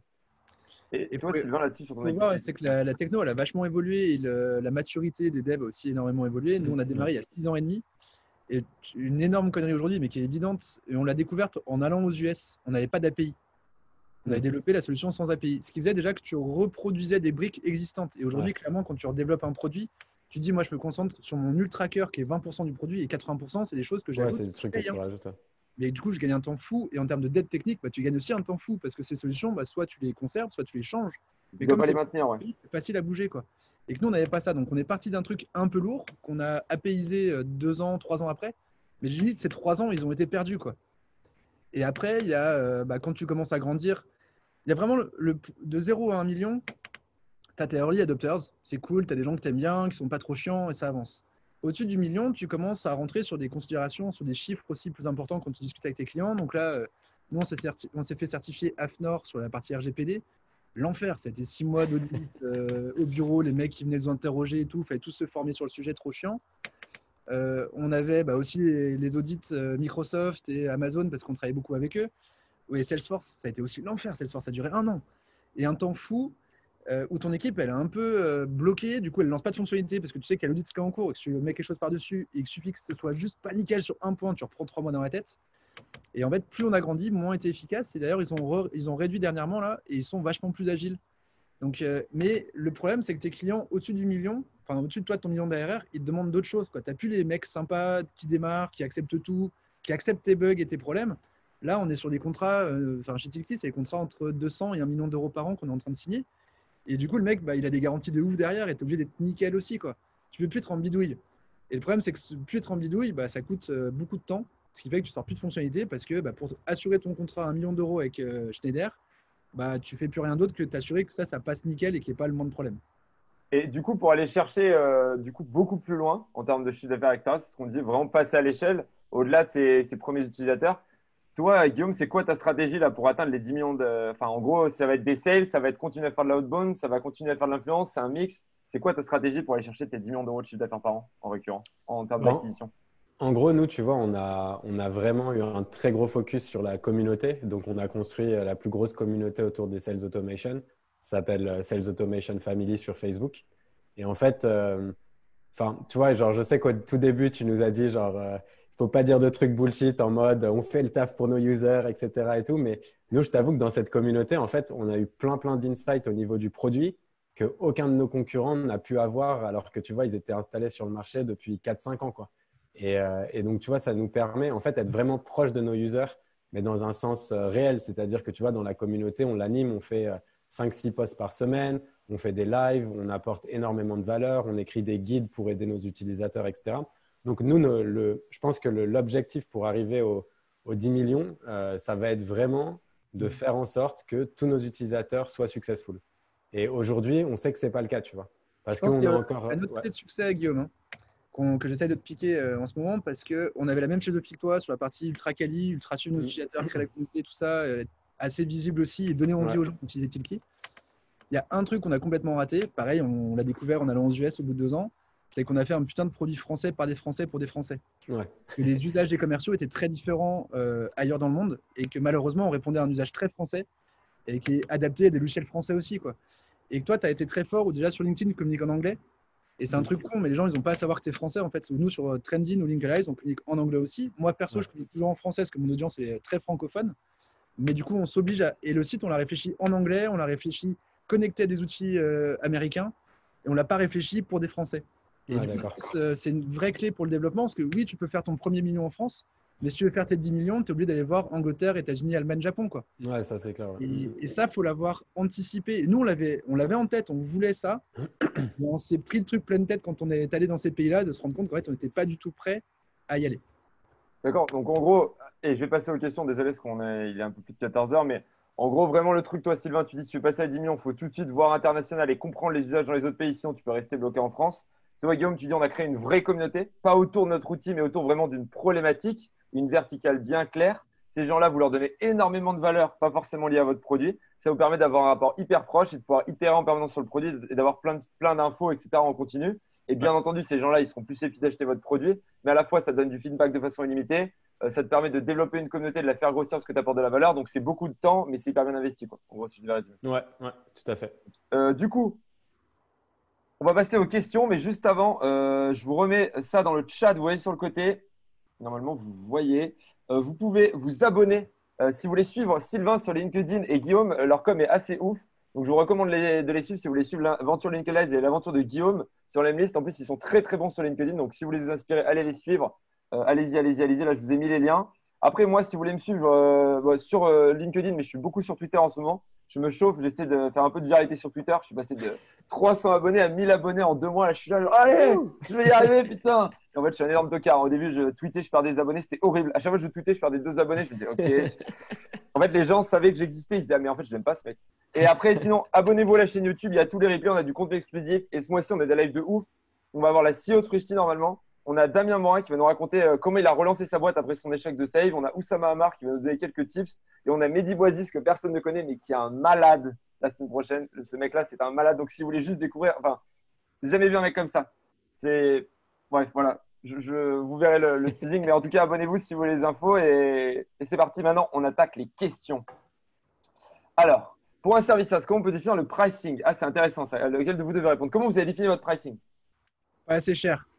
Et, Et toi, faut- Sylvain, là-dessus, sur ton faut équipe. voir, c'est que la, la techno, elle a vachement évolué et le- la maturité des devs a aussi énormément évolué. Nous, on a démarré il y a six ans et demi. Et une énorme connerie aujourd'hui, mais qui est évidente, et on l'a découverte en allant aux U S. On n'avait pas d'A P I. On avait Mm. développé la solution sans A P I. Ce qui faisait déjà que tu reproduisais des briques existantes. Et aujourd'hui, Ouais. clairement, quand tu redéveloppes un produit, tu te dis, moi, je me concentre sur mon nul tracker qui est vingt pour cent du produit et quatre-vingts pour cent, c'est des choses que Ouais, j'avoue. c'est des trucs que tu rajoutes. ouais. Mais du coup, je gagne un temps fou. Et en termes de dette technique, bah, tu gagnes aussi un temps fou parce que ces solutions, bah, soit tu les conserves, soit tu les changes. Tu Mais dois comme pas les c'est maintenir, ouais. c'est facile à bouger, quoi. Et que nous, on n'avait pas ça. Donc, on est parti d'un truc un peu lourd qu'on a apéisé euh, deux ans, trois ans après. Mais j'ai dit, ces trois ans, ils ont été perdus, quoi. Et après, il y a, euh, bah, quand tu commences à grandir, il y a vraiment le, le- de zéro à un million, tu as tes early adopters, c'est cool, tu as des gens que tu aimes bien, qui sont pas trop chiants et ça avance. Au-dessus du million, tu commences à rentrer sur des considérations, sur des chiffres aussi plus importants quand tu discutes avec tes clients. Donc là, euh, nous, on s'est certi- on s'est fait certifier A F N O R sur la partie R G P D. L'enfer, ça a été six mois d'audit euh, au bureau, les mecs qui venaient nous interroger et tout, fallait tous se former sur le sujet, trop chiant. Euh, on avait bah, aussi les, les audits euh, Microsoft et Amazon parce qu'on travaillait beaucoup avec eux. Oui, Salesforce, ça a été aussi l'enfer. Salesforce, ça a duré un an. Et un temps fou euh, où ton équipe, elle est un peu euh, bloquée. Du coup, elle lance pas de fonctionnalité parce que tu sais qu'il y a l'audit qui est en cours et que si tu mets quelque chose par-dessus et qu'il suffit que ce soit juste pas nickel sur un point, tu reprends trois mois dans la tête. Et en fait, plus on a grandi, moins on était efficace. Et d'ailleurs, ils ont, re- ils ont réduit dernièrement là et ils sont vachement plus agiles. Donc, euh, mais le problème, c'est que tes clients au-dessus du million, enfin, au-dessus de toi, de ton million d'A R R, ils te demandent d'autres choses. Tu n'as plus les mecs sympas qui démarrent, qui acceptent tout, qui acceptent tes bugs et tes problèmes. Là, on est sur des contrats, euh, enfin, chez Tilki, c'est des contrats entre deux cents et un million d'euros par an qu'on est en train de signer. Et du coup, le mec, bah, il a des garanties de ouf derrière et tu es obligé d'être nickel aussi, quoi. Tu peux plus être en bidouille. Et le problème, c'est que plus être en bidouille, bah, ça coûte euh, beaucoup de temps, ce qui fait que tu sors plus de fonctionnalités parce que bah, pour assurer ton contrat à un million d'euros avec euh, Schneider, bah, tu fais plus rien d'autre que t'assurer que ça, ça passe nickel et qu'il n'y ait pas le moins de problèmes. Et du coup, pour aller chercher euh, du coup, beaucoup plus loin en termes de chiffre d'affaires, et cetera, c'est ce qu'on dit, vraiment passer à l'échelle au-delà de ses, ses premiers utilisateurs. Toi, Guillaume, c'est quoi ta stratégie là pour atteindre les dix millions de… Enfin, en gros, ça va être des sales, ça va être continuer à faire de l'outbound, ça va continuer à faire de l'influence, c'est un mix. C'est quoi ta stratégie pour aller chercher tes dix millions d'euros de chiffre d'affaires par an en récurrent, en termes En, d'acquisition? en gros, nous, tu vois, on a, on a vraiment eu un très gros focus sur la communauté. Donc, on a construit euh, la plus grosse communauté autour des Sales Automation. Ça s'appelle euh, Sales Automation Family sur Facebook. Et en fait, euh, enfin, tu vois, genre, je sais qu'au tout début, tu nous as dit, genre, euh, il faut pas dire de trucs bullshit en mode on fait le taf pour nos users, et cetera et tout. Mais nous, je t'avoue que dans cette communauté, en fait, on a eu plein, plein d'insights au niveau du produit que aucun de nos concurrents n'a pu avoir, alors que tu vois, ils étaient installés sur le marché depuis quatre cinq ans, quoi. Et, euh, et donc, tu vois, ça nous permet en fait d'être vraiment proche de nos users, mais dans un sens euh, réel. C'est-à-dire que tu vois, dans la communauté, on l'anime, on fait euh, cinq six posts par semaine, on fait des lives, on apporte énormément de valeur, on écrit des guides pour aider nos utilisateurs, et cetera. Donc, nous, le, le, je pense que le, l'objectif pour arriver au- aux dix millions, euh, ça va être vraiment de faire en sorte que tous nos utilisateurs soient successful. Et aujourd'hui, on sait que ce n'est pas le cas, tu vois. Je Parce pense qu'on qu'il y a a encore… un autre ouais. clé de succès à Guillaume, hein, qu'on- que j'essaie de te piquer euh, en ce moment parce qu'on avait la même philosophie que toi sur la partie ultra quali, ultra suivre nos Mm. utilisateurs, créer la communauté, tout ça, euh, assez visible aussi et donner envie Ouais. aux gens d'utiliser Tilki. Il y a un truc qu'on a complètement raté, pareil, on, on l'a découvert en allant aux U S au bout de deux ans, c'est qu'on a fait un putain de produit français par des Français pour des Français. Ouais. Que les usages des commerciaux étaient très différents euh, ailleurs dans le monde et que malheureusement, on répondait à un usage très français et qui est adapté à des logiciels français aussi, quoi. Et que toi, tu as été très fort ou déjà sur LinkedIn, tu communiques en anglais. Et c'est un truc con, mais les gens, ils n'ont pas à savoir que tu es français. En fait, nous, sur Trending ou Linkalize, on communique en anglais aussi. Moi, perso, Ouais. je communique toujours en français parce que mon audience est très francophone. Mais du coup, on s'oblige à. Et le site, on l'a réfléchi en anglais, on l'a réfléchi connecté à des outils euh, américains. Et on ne l'a pas réfléchi pour des Français. Et Ouais, du coup, d'accord. c'est c'est une vraie clé pour le développement parce que oui, tu peux faire ton premier million en France, mais si tu veux faire tes dix millions, tu es obligé d'aller voir Angleterre, États-Unis, Allemagne, Japon, quoi. Ouais, ça c'est clair. Ouais. Et, et ça, il faut l'avoir anticipé. Et nous, on l'avait, on l'avait en tête, on voulait ça. Mais on s'est pris le truc pleine tête quand on est allé dans ces pays-là, de se rendre compte qu'en fait, on n'était pas du tout prêt à y aller. D'accord. Donc, en gros, et je vais passer aux questions, désolé, parce qu'on est, il est un peu plus de quatorze heures, mais en gros, vraiment, le truc, toi, Sylvain, tu dis, si tu veux passer à dix millions, il faut tout de suite voir international et comprendre les usages dans les autres pays, sinon tu peux rester bloqué en France. Toi, Guillaume, tu dis, on a créé une vraie communauté, pas autour de notre outil, mais autour vraiment d'une problématique, une verticale bien claire. Ces gens-là, vous leur donnez énormément de valeur, pas forcément liée à votre produit. Ça vous permet d'avoir un rapport hyper proche et de pouvoir itérer en permanence sur le produit et d'avoir plein, de, plein d'infos, et cetera en continu. Et bien entendu, ces gens-là, ils seront plus épis d'acheter votre produit, mais à la fois, ça donne du feedback de façon illimitée. Euh, ça te permet de développer une communauté, de la faire grossir parce que tu apportes de la valeur. Donc, c'est beaucoup de temps, mais c'est hyper bien investi, quoi. En gros, si je devais résumer. Ouais, ouais, tout à fait. Euh, du coup, on va passer aux questions, mais juste avant, euh, je vous remets ça dans le chat. Vous voyez sur le côté. Normalement, vous voyez. Euh, vous pouvez vous abonner euh, si vous voulez suivre Sylvain sur LinkedIn et Guillaume. euh, Leur com est assez ouf. Donc, je vous recommande les- de les suivre si vous voulez suivre l'aventure LinkedIn et l'aventure de Guillaume sur la même liste. En plus, ils sont très, très bons sur LinkedIn. Donc, si vous voulez vous inspirer, allez les suivre. Euh, allez-y, allez-y, allez-y. Là, je vous ai mis les liens. Après, moi, si vous voulez me suivre euh, bah, sur euh, LinkedIn, mais je suis beaucoup sur Twitter en ce moment. Je me chauffe, j'essaie de faire un peu de viralité sur Twitter. Je suis passé de trois cents abonnés à mille abonnés en deux mois. Là, je suis là, genre, allez, je vais y arriver, putain. Et en fait, je suis un énorme tocard. Au début, je tweetais, je perdais des abonnés. C'était horrible. À chaque fois que je tweetais, je perdais deux abonnés. Je me disais, OK. En fait, les gens savaient que j'existais. Ils se disaient, ah, mais en fait, je n'aime pas ce mec. Et après, sinon, abonnez-vous à la chaîne YouTube. Il y a tous les replays. On a du contenu exclusif. Et ce mois-ci, on a des lives de ouf. On va avoir la C E O de Frishti normalement. On a Damien Morin qui va nous raconter euh, comment il a relancé sa boîte après son échec de save. On a Oussama Hamar qui va nous donner quelques tips. Et on a Mehdi Boisis que personne ne connaît, mais qui est un malade la semaine prochaine. Ce mec-là, c'est un malade. Donc, si vous voulez juste découvrir, enfin, j'ai jamais vu un mec comme ça. C'est. Bref, voilà. Je, je- vous verrez le, le teasing. Mais en tout cas, abonnez-vous si vous voulez les infos. Et, et c'est parti. Maintenant, on attaque les questions. Alors, pour un service SaaS, comment on peut définir le pricing? Ah, c'est intéressant ça. Lequel de vous devez répondre? Comment vous avez défini votre pricing? Pas assez cher.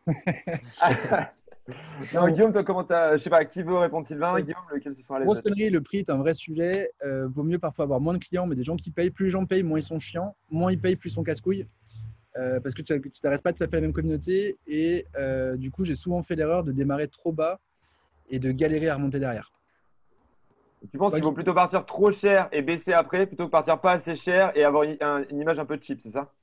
Non, Guillaume, toi, comment t'as… Je sais pas, qui veut répondre? Sylvain, Guillaume, lequel se sent à l'aise? Grosse connerie, le prix est un vrai sujet. Euh, vaut mieux parfois avoir moins de clients, mais des gens qui payent. Plus les gens payent, moins ils sont chiants. Moins ils payent, plus ils sont casse-couilles. euh, parce que tu ne t'adresses pas tout à fait à la même communauté. Et euh, du coup, j'ai souvent fait l'erreur de démarrer trop bas et de galérer à remonter derrière. Tu penses Toi, qu'il vaut plutôt partir trop cher et baisser après plutôt que partir pas assez cher et avoir une, un- une image un peu cheap, c'est ça?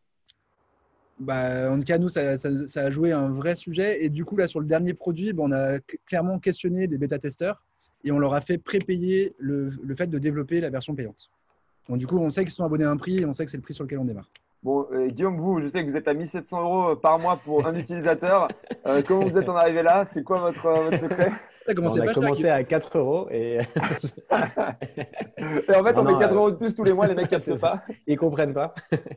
bah, en tout cas, nous, ça, ça- ça a joué un vrai sujet. Et du coup, là, sur le dernier produit, bah, on a c- clairement questionné les bêta-testeurs et on leur a fait prépayer le, le fait de développer la version payante. Donc, du coup, on sait qu'ils sont abonnés à un prix et on sait que c'est le prix sur lequel on démarre. Bon, euh, Guillaume, vous, je sais que vous êtes à mille sept cents euros par mois pour un utilisateur. Euh, comment vous êtes en arrivé là? C'est quoi votre, euh, votre secret? Ça Bon, commençait on a pas cher, commencé Guillaume. à quatre euros et Et en fait, non, on met non, quatre euh, euros de plus tous les mois, les mecs captent c'est ça. pas. Ils comprennent pas.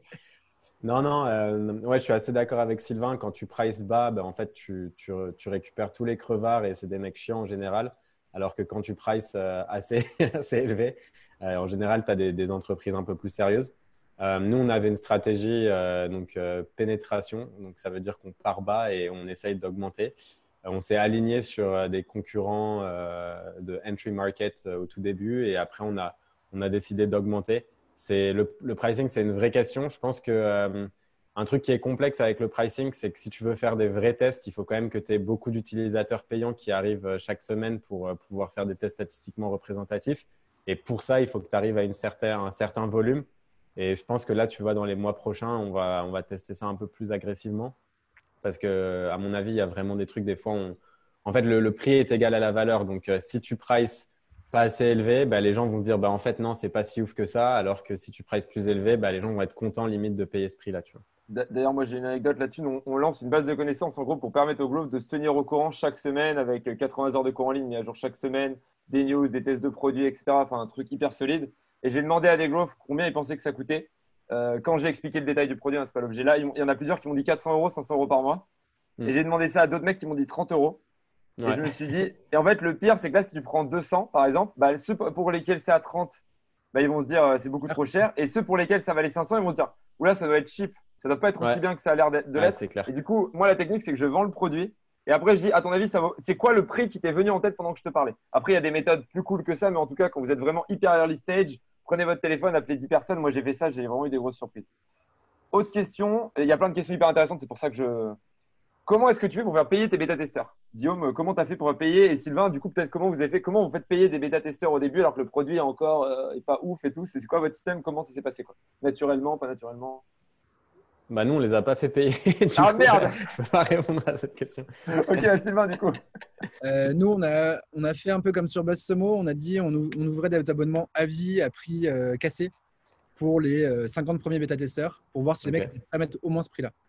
Non, non, euh, ouais, je suis assez d'accord avec Sylvain. Quand tu prices bas, ben, en fait, tu, tu, tu récupères tous les crevards et c'est des mecs chiants en général. Alors que quand tu prices euh, assez, assez élevé, euh, en général, tu as des, des entreprises un peu plus sérieuses. Euh, nous, on avait une stratégie euh, donc, euh, pénétration. Donc, ça veut dire qu'on part bas et on essaye d'augmenter. Euh, on s'est aligné sur euh, des concurrents euh, de entry market euh, au tout début et après, on a, on a décidé d'augmenter. C'est le, le pricing, c'est une vraie question. Je pense que euh, un truc qui est complexe avec le pricing, c'est que si tu veux faire des vrais tests, il faut quand même que tu aies beaucoup d'utilisateurs payants qui arrivent euh, chaque semaine pour euh, pouvoir faire des tests statistiquement représentatifs. Et pour ça, il faut que tu arrives à une certain, un certain volume. Et je pense que là, tu vois, dans les mois prochains, on va, on va tester ça un peu plus agressivement. Parce que, à mon avis, il y a vraiment des trucs, des fois, on... en fait, le, le prix est égal à la valeur. Donc, euh, si tu prices pas assez élevé, bah, les gens vont se dire, bah, en fait, non, c'est pas si ouf que ça. Alors que si tu prices plus élevé, bah, les gens vont être contents limite de payer ce prix-là. Tu vois. D'a- D'ailleurs, moi, j'ai une anecdote là-dessus. On, on lance une base de connaissances en gros pour permettre au Globe de se tenir au courant chaque semaine avec euh, quatre-vingts heures de cours en ligne, mis à jour chaque semaine, des news, des tests de produits, et cetera. Enfin, un truc hyper solide. Et j'ai demandé à des Gloves combien ils pensaient que ça coûtait. Euh, quand j'ai expliqué le détail du produit, hein, c'est pas l'objet là, ils m'ont- il y en a plusieurs qui m'ont dit quatre cents euros, cinq cents euros par mois. Et Mm. j'ai demandé ça à d'autres mecs qui m'ont dit trente euros. Et Ouais. je me suis dit, et en fait, le pire, c'est que là, si tu prends deux cents, par exemple, bah, ceux pour lesquels c'est à trente, bah, ils vont se dire, euh, c'est beaucoup trop cher. Et ceux pour lesquels ça valait cinq cents, ils vont se dire, oula, ça doit être cheap. Ça doit pas être aussi Ouais. bien que ça a l'air d'être- de Ouais, l'être. c'est clair. Et du coup, moi, la technique, c'est que je vends le produit. Et après, je dis, à ton avis, ça vaut... c'est quoi le prix qui t'est venu en tête pendant que je te parlais? Après, il y a des méthodes plus cool que ça, mais en tout cas, quand vous êtes vraiment hyper early stage, prenez votre téléphone, appelez dix personnes. Moi, j'ai fait ça, j'ai vraiment eu des grosses surprises. Autre question, il y a plein de questions hyper intéressantes, c'est pour ça que je, comment est-ce que tu fais pour faire payer tes bêta-testeurs? Guillaume, comment tu as fait pour payer? Et Sylvain, du coup, peut-être comment vous avez fait? Comment vous faites payer des bêta-testeurs au début alors que le produit est encore euh, est pas ouf et tout? C'est quoi votre système? Comment ça s'est passé quoi? Naturellement, pas naturellement? Bah, nous, on les a pas fait payer. Du Ah coup, merde! je peux pas répondre à cette question. Ok, à Sylvain, du coup. Euh, nous, on a, on a fait un peu comme sur BuzzSumo. On a dit on, ou- on ouvrait des abonnements à vie à prix euh, cassé pour les euh, cinquante premiers bêta-testeurs pour voir si les mecs Ok. étaient prêts à mettre au moins ce prix-là.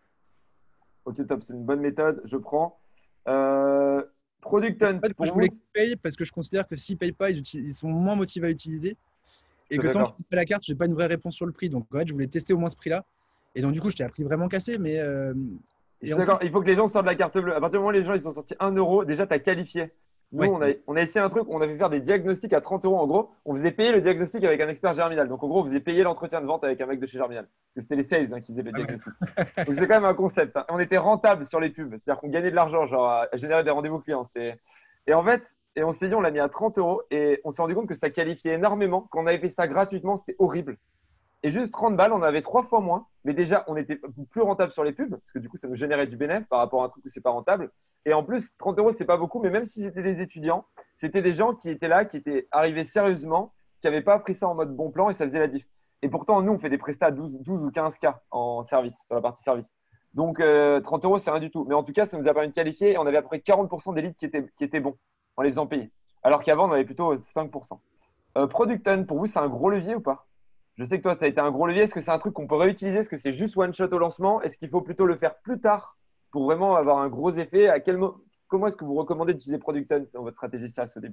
Ok, top, c'est une bonne méthode, je prends. Euh, Product En Hunt, fait, moi, pour je vous, voulais je qu'ils payent parce que je considère que s'ils ne payent pas, ils, uti- ils sont moins motivés à utiliser. Et suis que tant qu'ils d'accord. n'ont pas la carte, je n'ai pas une vraie réponse sur le prix. Donc, en fait, je voulais tester au moins ce prix-là. Et donc, du coup, je t'ai appris vraiment cassé. Mais, euh, Je et suis en plus, d'accord, il faut que les gens sortent de la carte bleue. À partir du moment où les gens ils ont sorti un euro, déjà tu as qualifié. Nous, ouais, on a, on a essayé un truc, on avait fait faire des diagnostics à trente euros. En gros, on faisait payer le diagnostic avec un expert Germinal. Donc, en gros, on faisait payer l'entretien de vente avec un mec de chez Germinal. Parce que c'était les sales hein, qui faisaient le ah ouais. diagnostic. Donc, c'est quand même un concept. Hein. On était rentable sur les pubs. C'est-à-dire qu'on gagnait de l'argent, genre à générer des rendez-vous clients. C'était... Et en fait, et on s'est dit, on l'a mis à trente euros. Et on s'est rendu compte que ça qualifiait énormément. Quand on avait fait ça gratuitement, c'était horrible. Et juste trente balles, on avait trois fois moins. Mais déjà, on était plus rentable sur les pubs, parce que du coup, ça nous générait du bénéfice par rapport à un truc où c'est pas rentable. Et en plus, trente euros, c'est pas beaucoup, mais même si c'était des étudiants, c'était des gens qui étaient là, qui étaient arrivés sérieusement, qui n'avaient pas pris ça en mode bon plan et ça faisait la diff. Et pourtant, nous, on fait des prestats à douze, douze ou quinze K en service, sur la partie service. Donc, euh, trente euros, c'est rien du tout. Mais en tout cas, ça nous a permis de qualifier et on avait à peu près quarante pour cent des leads qui étaient, qui étaient bons en les faisant payer. Alors qu'avant, on avait plutôt cinq pour cent. Euh, Product Hunt, pour vous, c'est un gros levier ou pas? Je sais que toi, ça a été un gros levier. Est-ce que c'est un truc qu'on peut réutiliser? Est-ce que c'est juste one shot au lancement? Est-ce qu'il faut plutôt le faire plus tard pour vraiment avoir un gros effet? À quel mo- Comment est-ce que vous recommandez d'utiliser Product Hunt dans votre stratégie SaaS au début?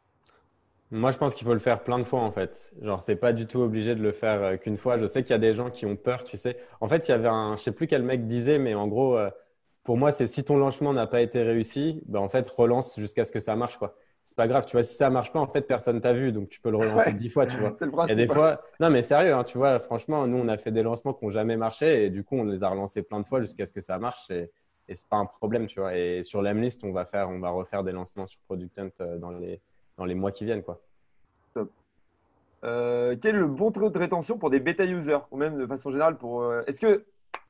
Moi, je pense qu'il faut le faire plein de fois en fait. Genre, c'est pas du tout obligé de le faire euh, qu'une fois. Je sais qu'il y a des gens qui ont peur, tu sais. En fait, il y avait un, je sais plus quel mec disait, mais en gros, euh, pour moi, c'est si ton lancement n'a pas été réussi, ben en fait, relance jusqu'à ce que ça marche, quoi. C'est pas grave, tu vois. Si ça marche pas, en fait, personne t'a vu, donc tu peux le relancer Ouais, dix fois, tu vois. c'est le Il y a des principe. fois, non, mais sérieux, hein, tu vois. Franchement, nous, on a fait des lancements qui n'ont jamais marché et du coup, on les a relancés plein de fois jusqu'à ce que ça marche et, et c'est pas un problème, tu vois. Et sur l'Emlist, on va faire, on va refaire des lancements sur Product Hunt euh, dans les dans les mois qui viennent, quoi. Top. Euh, quel est le bon taux de rétention pour des bêta users ou même de façon générale pour. euh, Est-ce que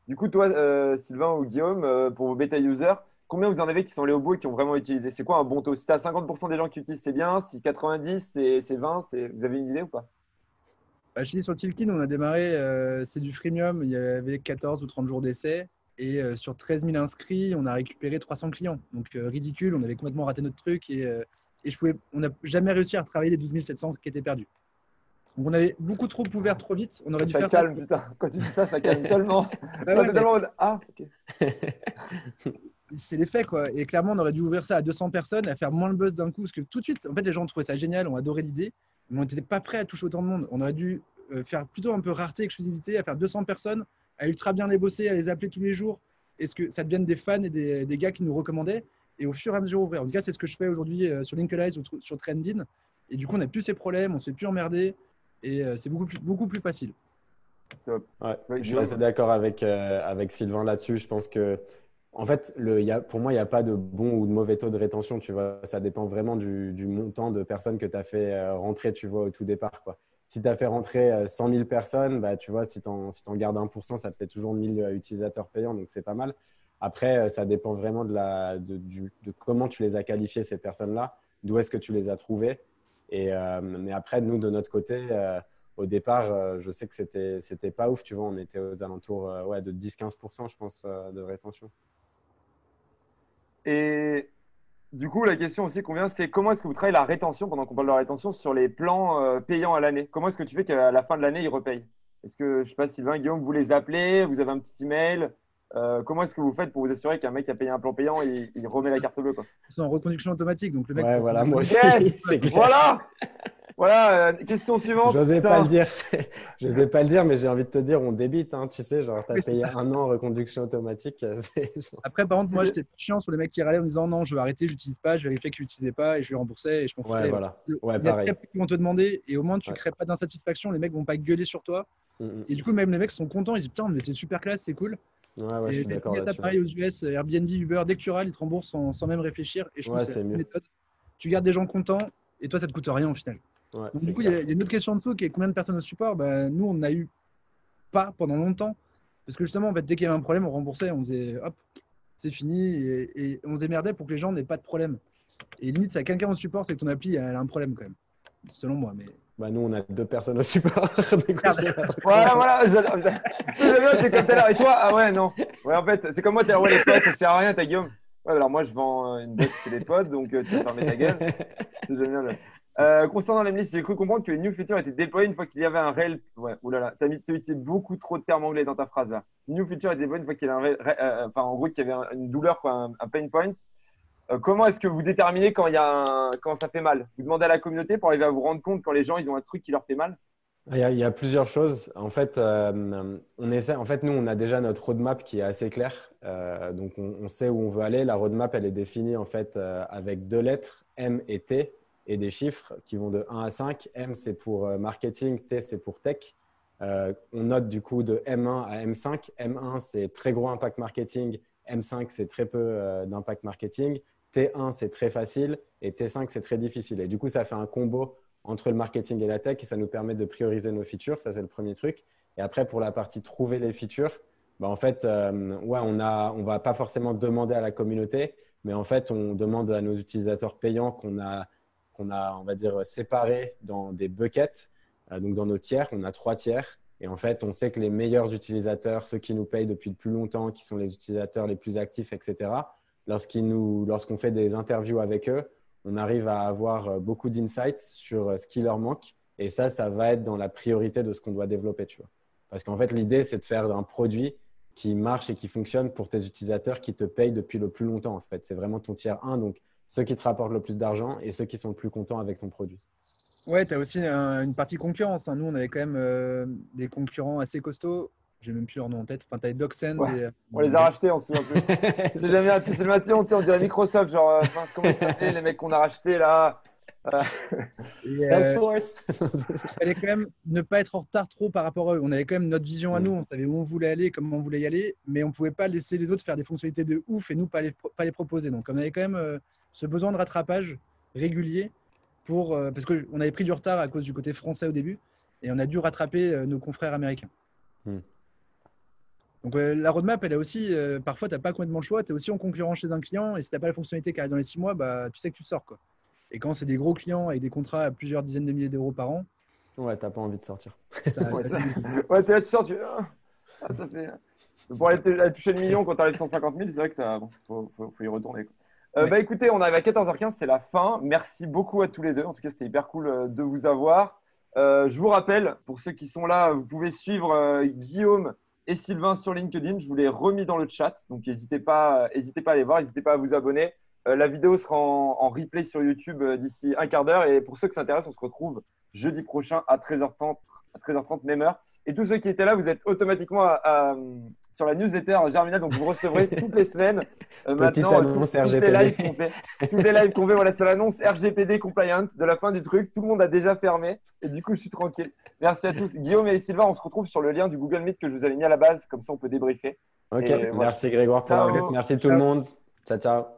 Du coup, toi, euh, Sylvain ou Guillaume, euh, pour vos bêta users, combien vous en avez qui sont allés au bout et qui ont vraiment utilisé? C'est quoi un bon taux? Si tu as cinquante pour cent des gens qui utilisent, c'est bien. Si quatre-vingt-dix, c'est c'est vingt, c'est... vous avez une idée ou pas? Bah, je te dis, sur Tilkin, on a démarré, euh, c'est du freemium, il y avait quatorze ou trente jours d'essai. Et euh, sur treize mille inscrits, on a récupéré trois cents clients. Donc euh, ridicule, on avait complètement raté notre truc et, euh, et je pouvais, on n'a jamais réussi à retravailler les douze mille sept cents qui étaient perdus. Donc on avait beaucoup trop ouvert trop vite. On aurait dû Ça faire calme, ça. putain. Quand tu dis ça, ça calme tellement. Ah Non, ouais, t'es mais tellement en mode, ah, ok. c'est les faits, quoi. Et clairement, on aurait dû ouvrir ça à deux cents personnes, à faire moins le buzz d'un coup. Parce que tout de suite, en fait, les gens trouvaient ça génial, ont adoré l'idée, mais on n'était pas prêt à toucher autant de monde. On aurait dû euh, faire plutôt un peu rareté, exclusivité, à faire deux cents personnes, à ultra bien les bosser, à les appeler tous les jours. Est-ce que ça devienne des fans et des, des gars qui nous recommandaient et au fur et à mesure ouvrir. En tout cas, c'est ce que je fais aujourd'hui euh, sur LinkedIn ou sur Trendin. Et du coup, on n'a plus ces problèmes, on ne se fait plus emmerder et euh, c'est beaucoup plus, beaucoup plus facile. Top. Ouais, Ouais, je suis Guillaume. assez d'accord avec, euh, avec Sylvain là-dessus. Je pense que, en fait, le, il y a, pour moi, il n'y a pas de bon ou de mauvais taux de rétention. Tu vois. Ça dépend vraiment du, du montant de personnes que tu as fait euh, rentrer, tu vois, au tout départ, quoi. Si tu as fait rentrer euh, cent mille personnes, bah, tu vois, si tu en, si t'en gardes un pour cent, ça te fait toujours mille euh, utilisateurs payants, donc c'est pas mal. Après, euh, ça dépend vraiment de, la, de, du, de comment tu les as qualifiées, ces personnes-là, d'où est-ce que tu les as trouvées. Et, euh, mais après, nous, de notre côté, euh, au départ, euh, je sais que c'était, c'était pas ouf, tu vois, on était aux alentours euh, ouais, de dix à quinze pour cent, je pense, euh, de rétention. Et du coup, la question aussi qu'on vient, c'est comment est-ce que vous travaillez la rétention, pendant qu'on parle de la rétention, sur les plans euh, payants à l'année? Comment est-ce que tu fais qu'à la fin de l'année, ils repayent? Est-ce que, je sais pas, Sylvain, Guillaume, vous les appelez, vous avez un petit email? Euh, comment est-ce que vous faites pour vous assurer qu'un mec qui a payé un plan payant, il, il remet la carte bleue, quoi? C'est en reconduction automatique, donc le mec Ouais, pour voilà, moi aussi, Yes! c'est clair. Voilà! Voilà, euh, question suivante. J'osais pas Putain. le dire, j'osais pas le dire, mais j'ai envie de te dire, on débite, hein, tu sais, genre, t'as Oui, c'est payé ça. un an en reconduction automatique. euh, c'est genre- Après, par contre, moi, j'étais chiant sur les mecs qui râlaient en me disant non, je vais arrêter, j'utilise pas, je vérifiais qu'ils n'utilisaient pas et je lui remboursais et je m'en Ouais, foutais. voilà. Ouais, Il y a très pareil. peu qui vont te demander et au moins tu Ouais. crées pas d'insatisfaction, les mecs vont pas gueuler sur toi. Mm, Et du coup, même les mecs sont contents, ils disent putain, mais t'es super classe, c'est cool. mm. Ouais, ouais, je Et suis les d'accord méthodes, là-dessus. Ouais, pareil aux U S, Airbnb, Uber, dès que tu râles, ils te remboursent sans, sans même réfléchir. Et je trouve ouais, que c'est la c'est bonne mieux. méthode. Tu gardes des gens contents et toi, ça te coûte rien au final. Ouais, Donc, du c'est coup, il y, clair. a il y a une autre question en dessous qui est combien de personnes au support? Bah, nous, on n'a eu pas pendant longtemps. Parce que justement, en fait, dès qu'il y avait un problème, on remboursait, on faisait hop, c'est fini. Et, et on se démerdait pour que les gens n'aient pas de problème. Et limite, ça quelqu'un au support, c'est que ton appli, elle a un problème quand même. Selon moi. Mais Bah, nous, on a deux personnes au support. Du coup, je sais pas trop Voilà, comment- voilà. j'adore- j'adore. Ce que j'aime bien, c'est comme tout à l'heure. Et toi? Ah ouais, non. Ouais, en fait, c'est comme moi, t'es là, ouais, les potes, ça sert à rien, t'as Guillaume. Ouais, alors moi, je vends euh, une boîte qui fait des potes, donc euh, tu vas fermer ta gueule. C'est génial. Euh, concernant la ministre, j'ai cru comprendre que les new features étaient déployés une fois qu'il y avait un réel. Ouais, oulala, t'as mis, t'as utilisé beaucoup trop de termes anglais dans ta phrase là. New feature était déployé une fois qu'il y avait un réel. ré- euh, enfin, en gros, qu'il y avait un- une douleur, quoi, un, un pain point. Euh, comment est-ce que vous déterminez quand, il y a un, quand ça fait mal? Vous demandez à la communauté pour arriver à vous rendre compte quand les gens ils ont un truc qui leur fait mal? Il y a, il y a plusieurs choses. En fait, euh, on essaie, en fait, nous, on a déjà notre roadmap qui est assez claire. Euh, donc, on, on sait où on veut aller. La roadmap, elle est définie en fait euh, avec deux lettres, M et T, et des chiffres qui vont de un à cinq. M, c'est pour euh, marketing, T, c'est pour tech. Euh, on note du coup de M un à M cinq. M un, c'est très gros impact marketing. M cinq, c'est très peu euh, d'impact marketing. T un, c'est très facile. Et T cinq, c'est très difficile. Et du coup, ça fait un combo entre le marketing et la tech et ça nous permet de prioriser nos features. Ça, c'est le premier truc. Et après, pour la partie trouver les features, bah, en fait, euh, ouais, on a, on va pas forcément demander à la communauté, mais en fait, on demande à nos utilisateurs payants qu'on a, qu'on a, on va dire, séparés dans des buckets. Euh, donc, dans nos tiers, on a trois tiers. Et en fait, on sait que les meilleurs utilisateurs, ceux qui nous payent depuis le plus longtemps, qui sont les utilisateurs les plus actifs, et cetera, lorsqu'ils nous, lorsqu'on fait des interviews avec eux, on arrive à avoir beaucoup d'insights sur ce qui leur manque. Et ça, ça va être dans la priorité de ce qu'on doit développer, tu vois. Parce qu'en fait, l'idée, c'est de faire un produit qui marche et qui fonctionne pour tes utilisateurs qui te payent depuis le plus longtemps, en fait. C'est vraiment ton tiers un, donc ceux qui te rapportent le plus d'argent et ceux qui sont le plus contents avec ton produit. ouais, tu as aussi un- une partie concurrence, hein. Nous, on avait quand même euh, des concurrents assez costauds. J'ai même plus leur nom en tête. Enfin, tu as DocSend Ouais, et. euh, on les a rachetés, on se souvient plus. C'est jamais un c'est le matin, on dirait Microsoft, genre, euh, mince, comment ils s'appelaient les mecs qu'on a rachetés là? Euh, et, euh, Salesforce. il fallait quand même ne pas être en retard trop par rapport à eux. On avait quand même notre vision à Mm. nous, on savait où on voulait aller, comment on voulait y aller, mais on ne pouvait pas laisser les autres faire des fonctionnalités de ouf et nous pas les, pas les proposer. Donc on avait quand même euh, ce besoin de rattrapage régulier pour, euh, parce qu'on avait pris du retard à cause du côté français au début et on a dû rattraper euh, nos confrères américains. Mm. Donc, euh, la roadmap, elle a aussi, euh, parfois, tu n'as pas complètement le choix. Tu es aussi en concurrence chez un client et si tu n'as pas la fonctionnalité qui arrive dans les six mois, bah, tu sais que tu sors, quoi. Et quand c'est des gros clients avec des contrats à plusieurs dizaines de milliers d'euros par an, Ouais, t'as pas envie de sortir. ça Ouais, va ça- vite beaucoup. ouais, t'es là, tu sors, tu ah, ça fait. Pour aller, t- aller toucher le million quand tu arrives cent cinquante mille, c'est vrai que ça, bon, faut, faut- faut y retourner, quoi. Euh, Ouais. bah écoutez, on arrive à quatorze heures quinze, c'est la fin. Merci beaucoup à tous les deux. En tout cas, c'était hyper cool euh, de vous avoir. Euh, je vous rappelle, pour ceux qui sont là, vous pouvez suivre euh, Guillaume et Sylvain sur LinkedIn. Je vous l'ai remis dans le chat. Donc, n'hésitez pas, n'hésitez pas à aller voir, n'hésitez pas à vous abonner. Euh, la vidéo sera en, en replay sur YouTube euh, d'ici un quart d'heure. Et pour ceux que ça intéresse, on se retrouve jeudi prochain à treize heures trente, à treize heures trente, même heure. Et tous ceux qui étaient là, vous êtes automatiquement à- à- sur la newsletter Germinal, donc vous recevrez toutes les semaines. Euh, Petite maintenant, euh, tout- annonce toutes les R G P D. lives qu'on fait, tous les lives qu'on fait, voilà, c'est l'annonce R G P D compliant de la fin du truc. Tout le monde a déjà fermé et du coup, je suis tranquille. Merci à tous. Guillaume et Sylvain, on se retrouve sur le lien du Google Meet que je vous avais mis à la base, comme ça on peut débriefer. Ok, Et voilà. merci Grégoire pour Ciao. l'invite. Merci tout le Ciao. monde. Ciao, ciao.